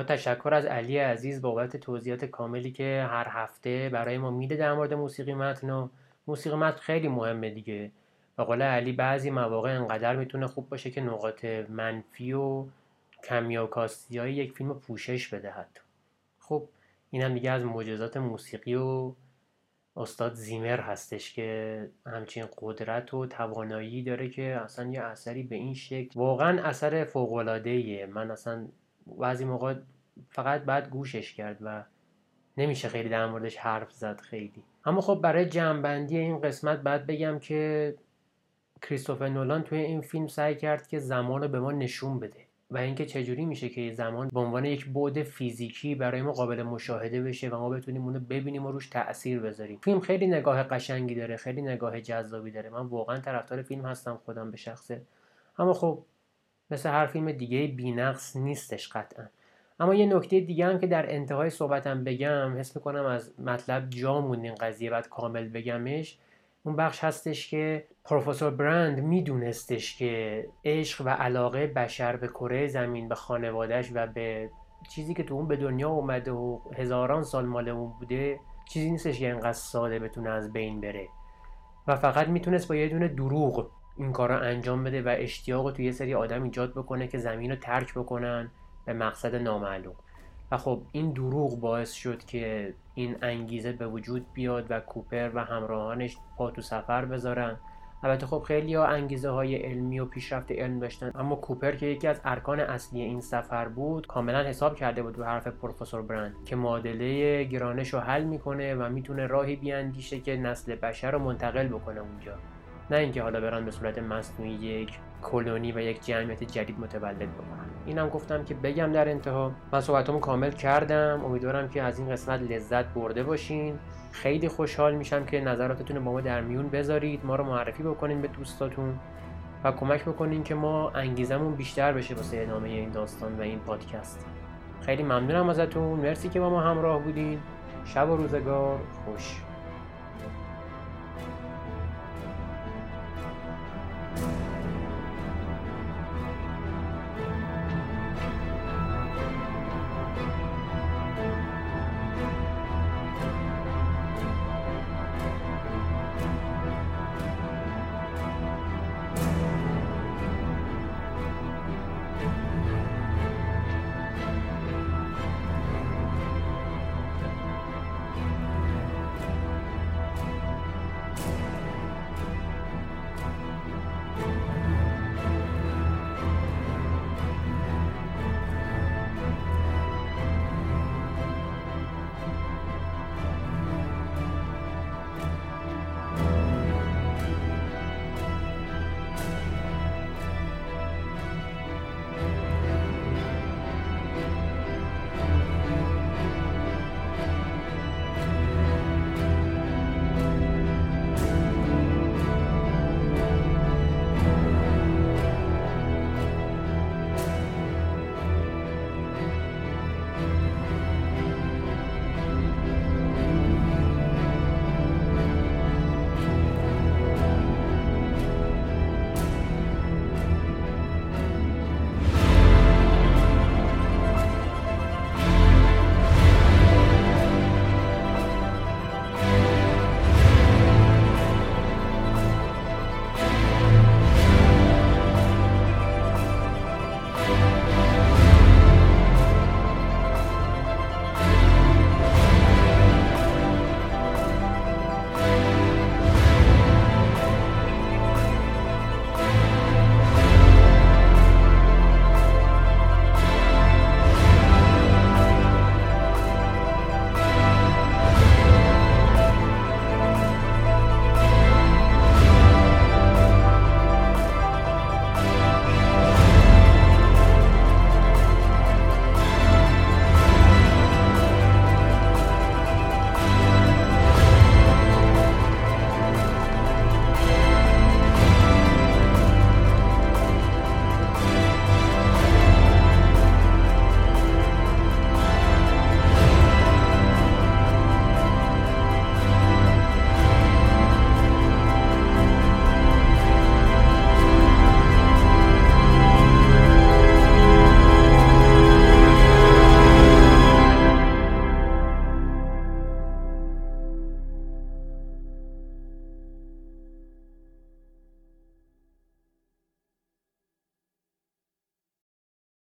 با تشکر از علی عزیز بابت توضیحات کاملی که هر هفته برای ما میده در مورد موسیقی متن. و موسیقی متن خیلی مهمه دیگه. به قول علی بعضی مواقع انقدر میتونه خوب باشه که نقاط منفی و کمی و کاستی های یک فیلم پوشش بده حتی. خب این هم دیگه از معجزات موسیقی و استاد زیمر هستش که همچین قدرت و توانایی داره که اصلا یه اثری به این شکل واقعا اثر فوق‌العاده‌ایه. من اصلا بعضی موقع فقط بعد گوشش کرد و نمیشه خیلی در موردش حرف زد خیلی. اما خب برای جمع‌بندی این قسمت بعد بگم که کریستوفر نولان توی این فیلم سعی کرد که زمان رو به ما نشون بده و اینکه چجوری میشه که زمان به عنوان یک بعد فیزیکی برای ما قابل مشاهده بشه و ما بتونیم اونو ببینیم و روش تأثیر بذاریم. فیلم خیلی نگاه قشنگی داره، خیلی نگاه جذابی داره. من واقعا طرفدار فیلم هستم خودم به شخصه. اما خب مثل هر فیلم دیگه بی‌نقص نیستش قطعا. اما یه نکته دیگه هم که در انتهای صحبتم بگم، حس میکنم از مطلب جا موند این قضیه بعد کامل بگمش. اون بخش هستش که پروفسور برند میدونستش که عشق و علاقه بشر به کره زمین، به خانوادهش و به چیزی که تو اون به دنیا اومده و هزاران سال مال اون بوده چیزی نیستش که اینقدر ساده بتونه از بین بره و فقط میتونست با یه دونه دروغ این کار رو انجام بده و اشتیاق رو توی یه سری آدم ایجاد بکنه که زمین رو ترک بکنن به مقصد نامعلوم. و خب این دروغ باعث شد که این انگیزه به وجود بیاد و کوپر و همراهانش پا تو سفر بذارن. البته خب خیلی ها انگیزه های علمی و پیشرفت علم داشتن، اما کوپر که یکی از ارکان اصلی این سفر بود کاملا حساب کرده بود رو حرف پروفسور برند که معادله گرانش رو حل میکنه و میتونه راهی بیاندیشه که نسل بشر رو منتقل بکنه اونجا، نه اینکه حالا برن به صورت مصنوعی یک کلونی و یک جمعیت جدید متولد بکنن. اینم گفتم که بگم در انتها. من صحبتامو کامل کردم. امیدوارم که از این قسمت لذت برده باشین. خیلی خوشحال میشم که نظراتتون رو با ما در میون بذارید، ما رو معرفی بکنین به دوستاتون و کمک بکنین که ما انگیزمون بیشتر بشه واسه ادامه این داستان و این پادکست. خیلی ممنونم ازتون. مرسی که با ما همراه بودین. شب و روزگار خوش.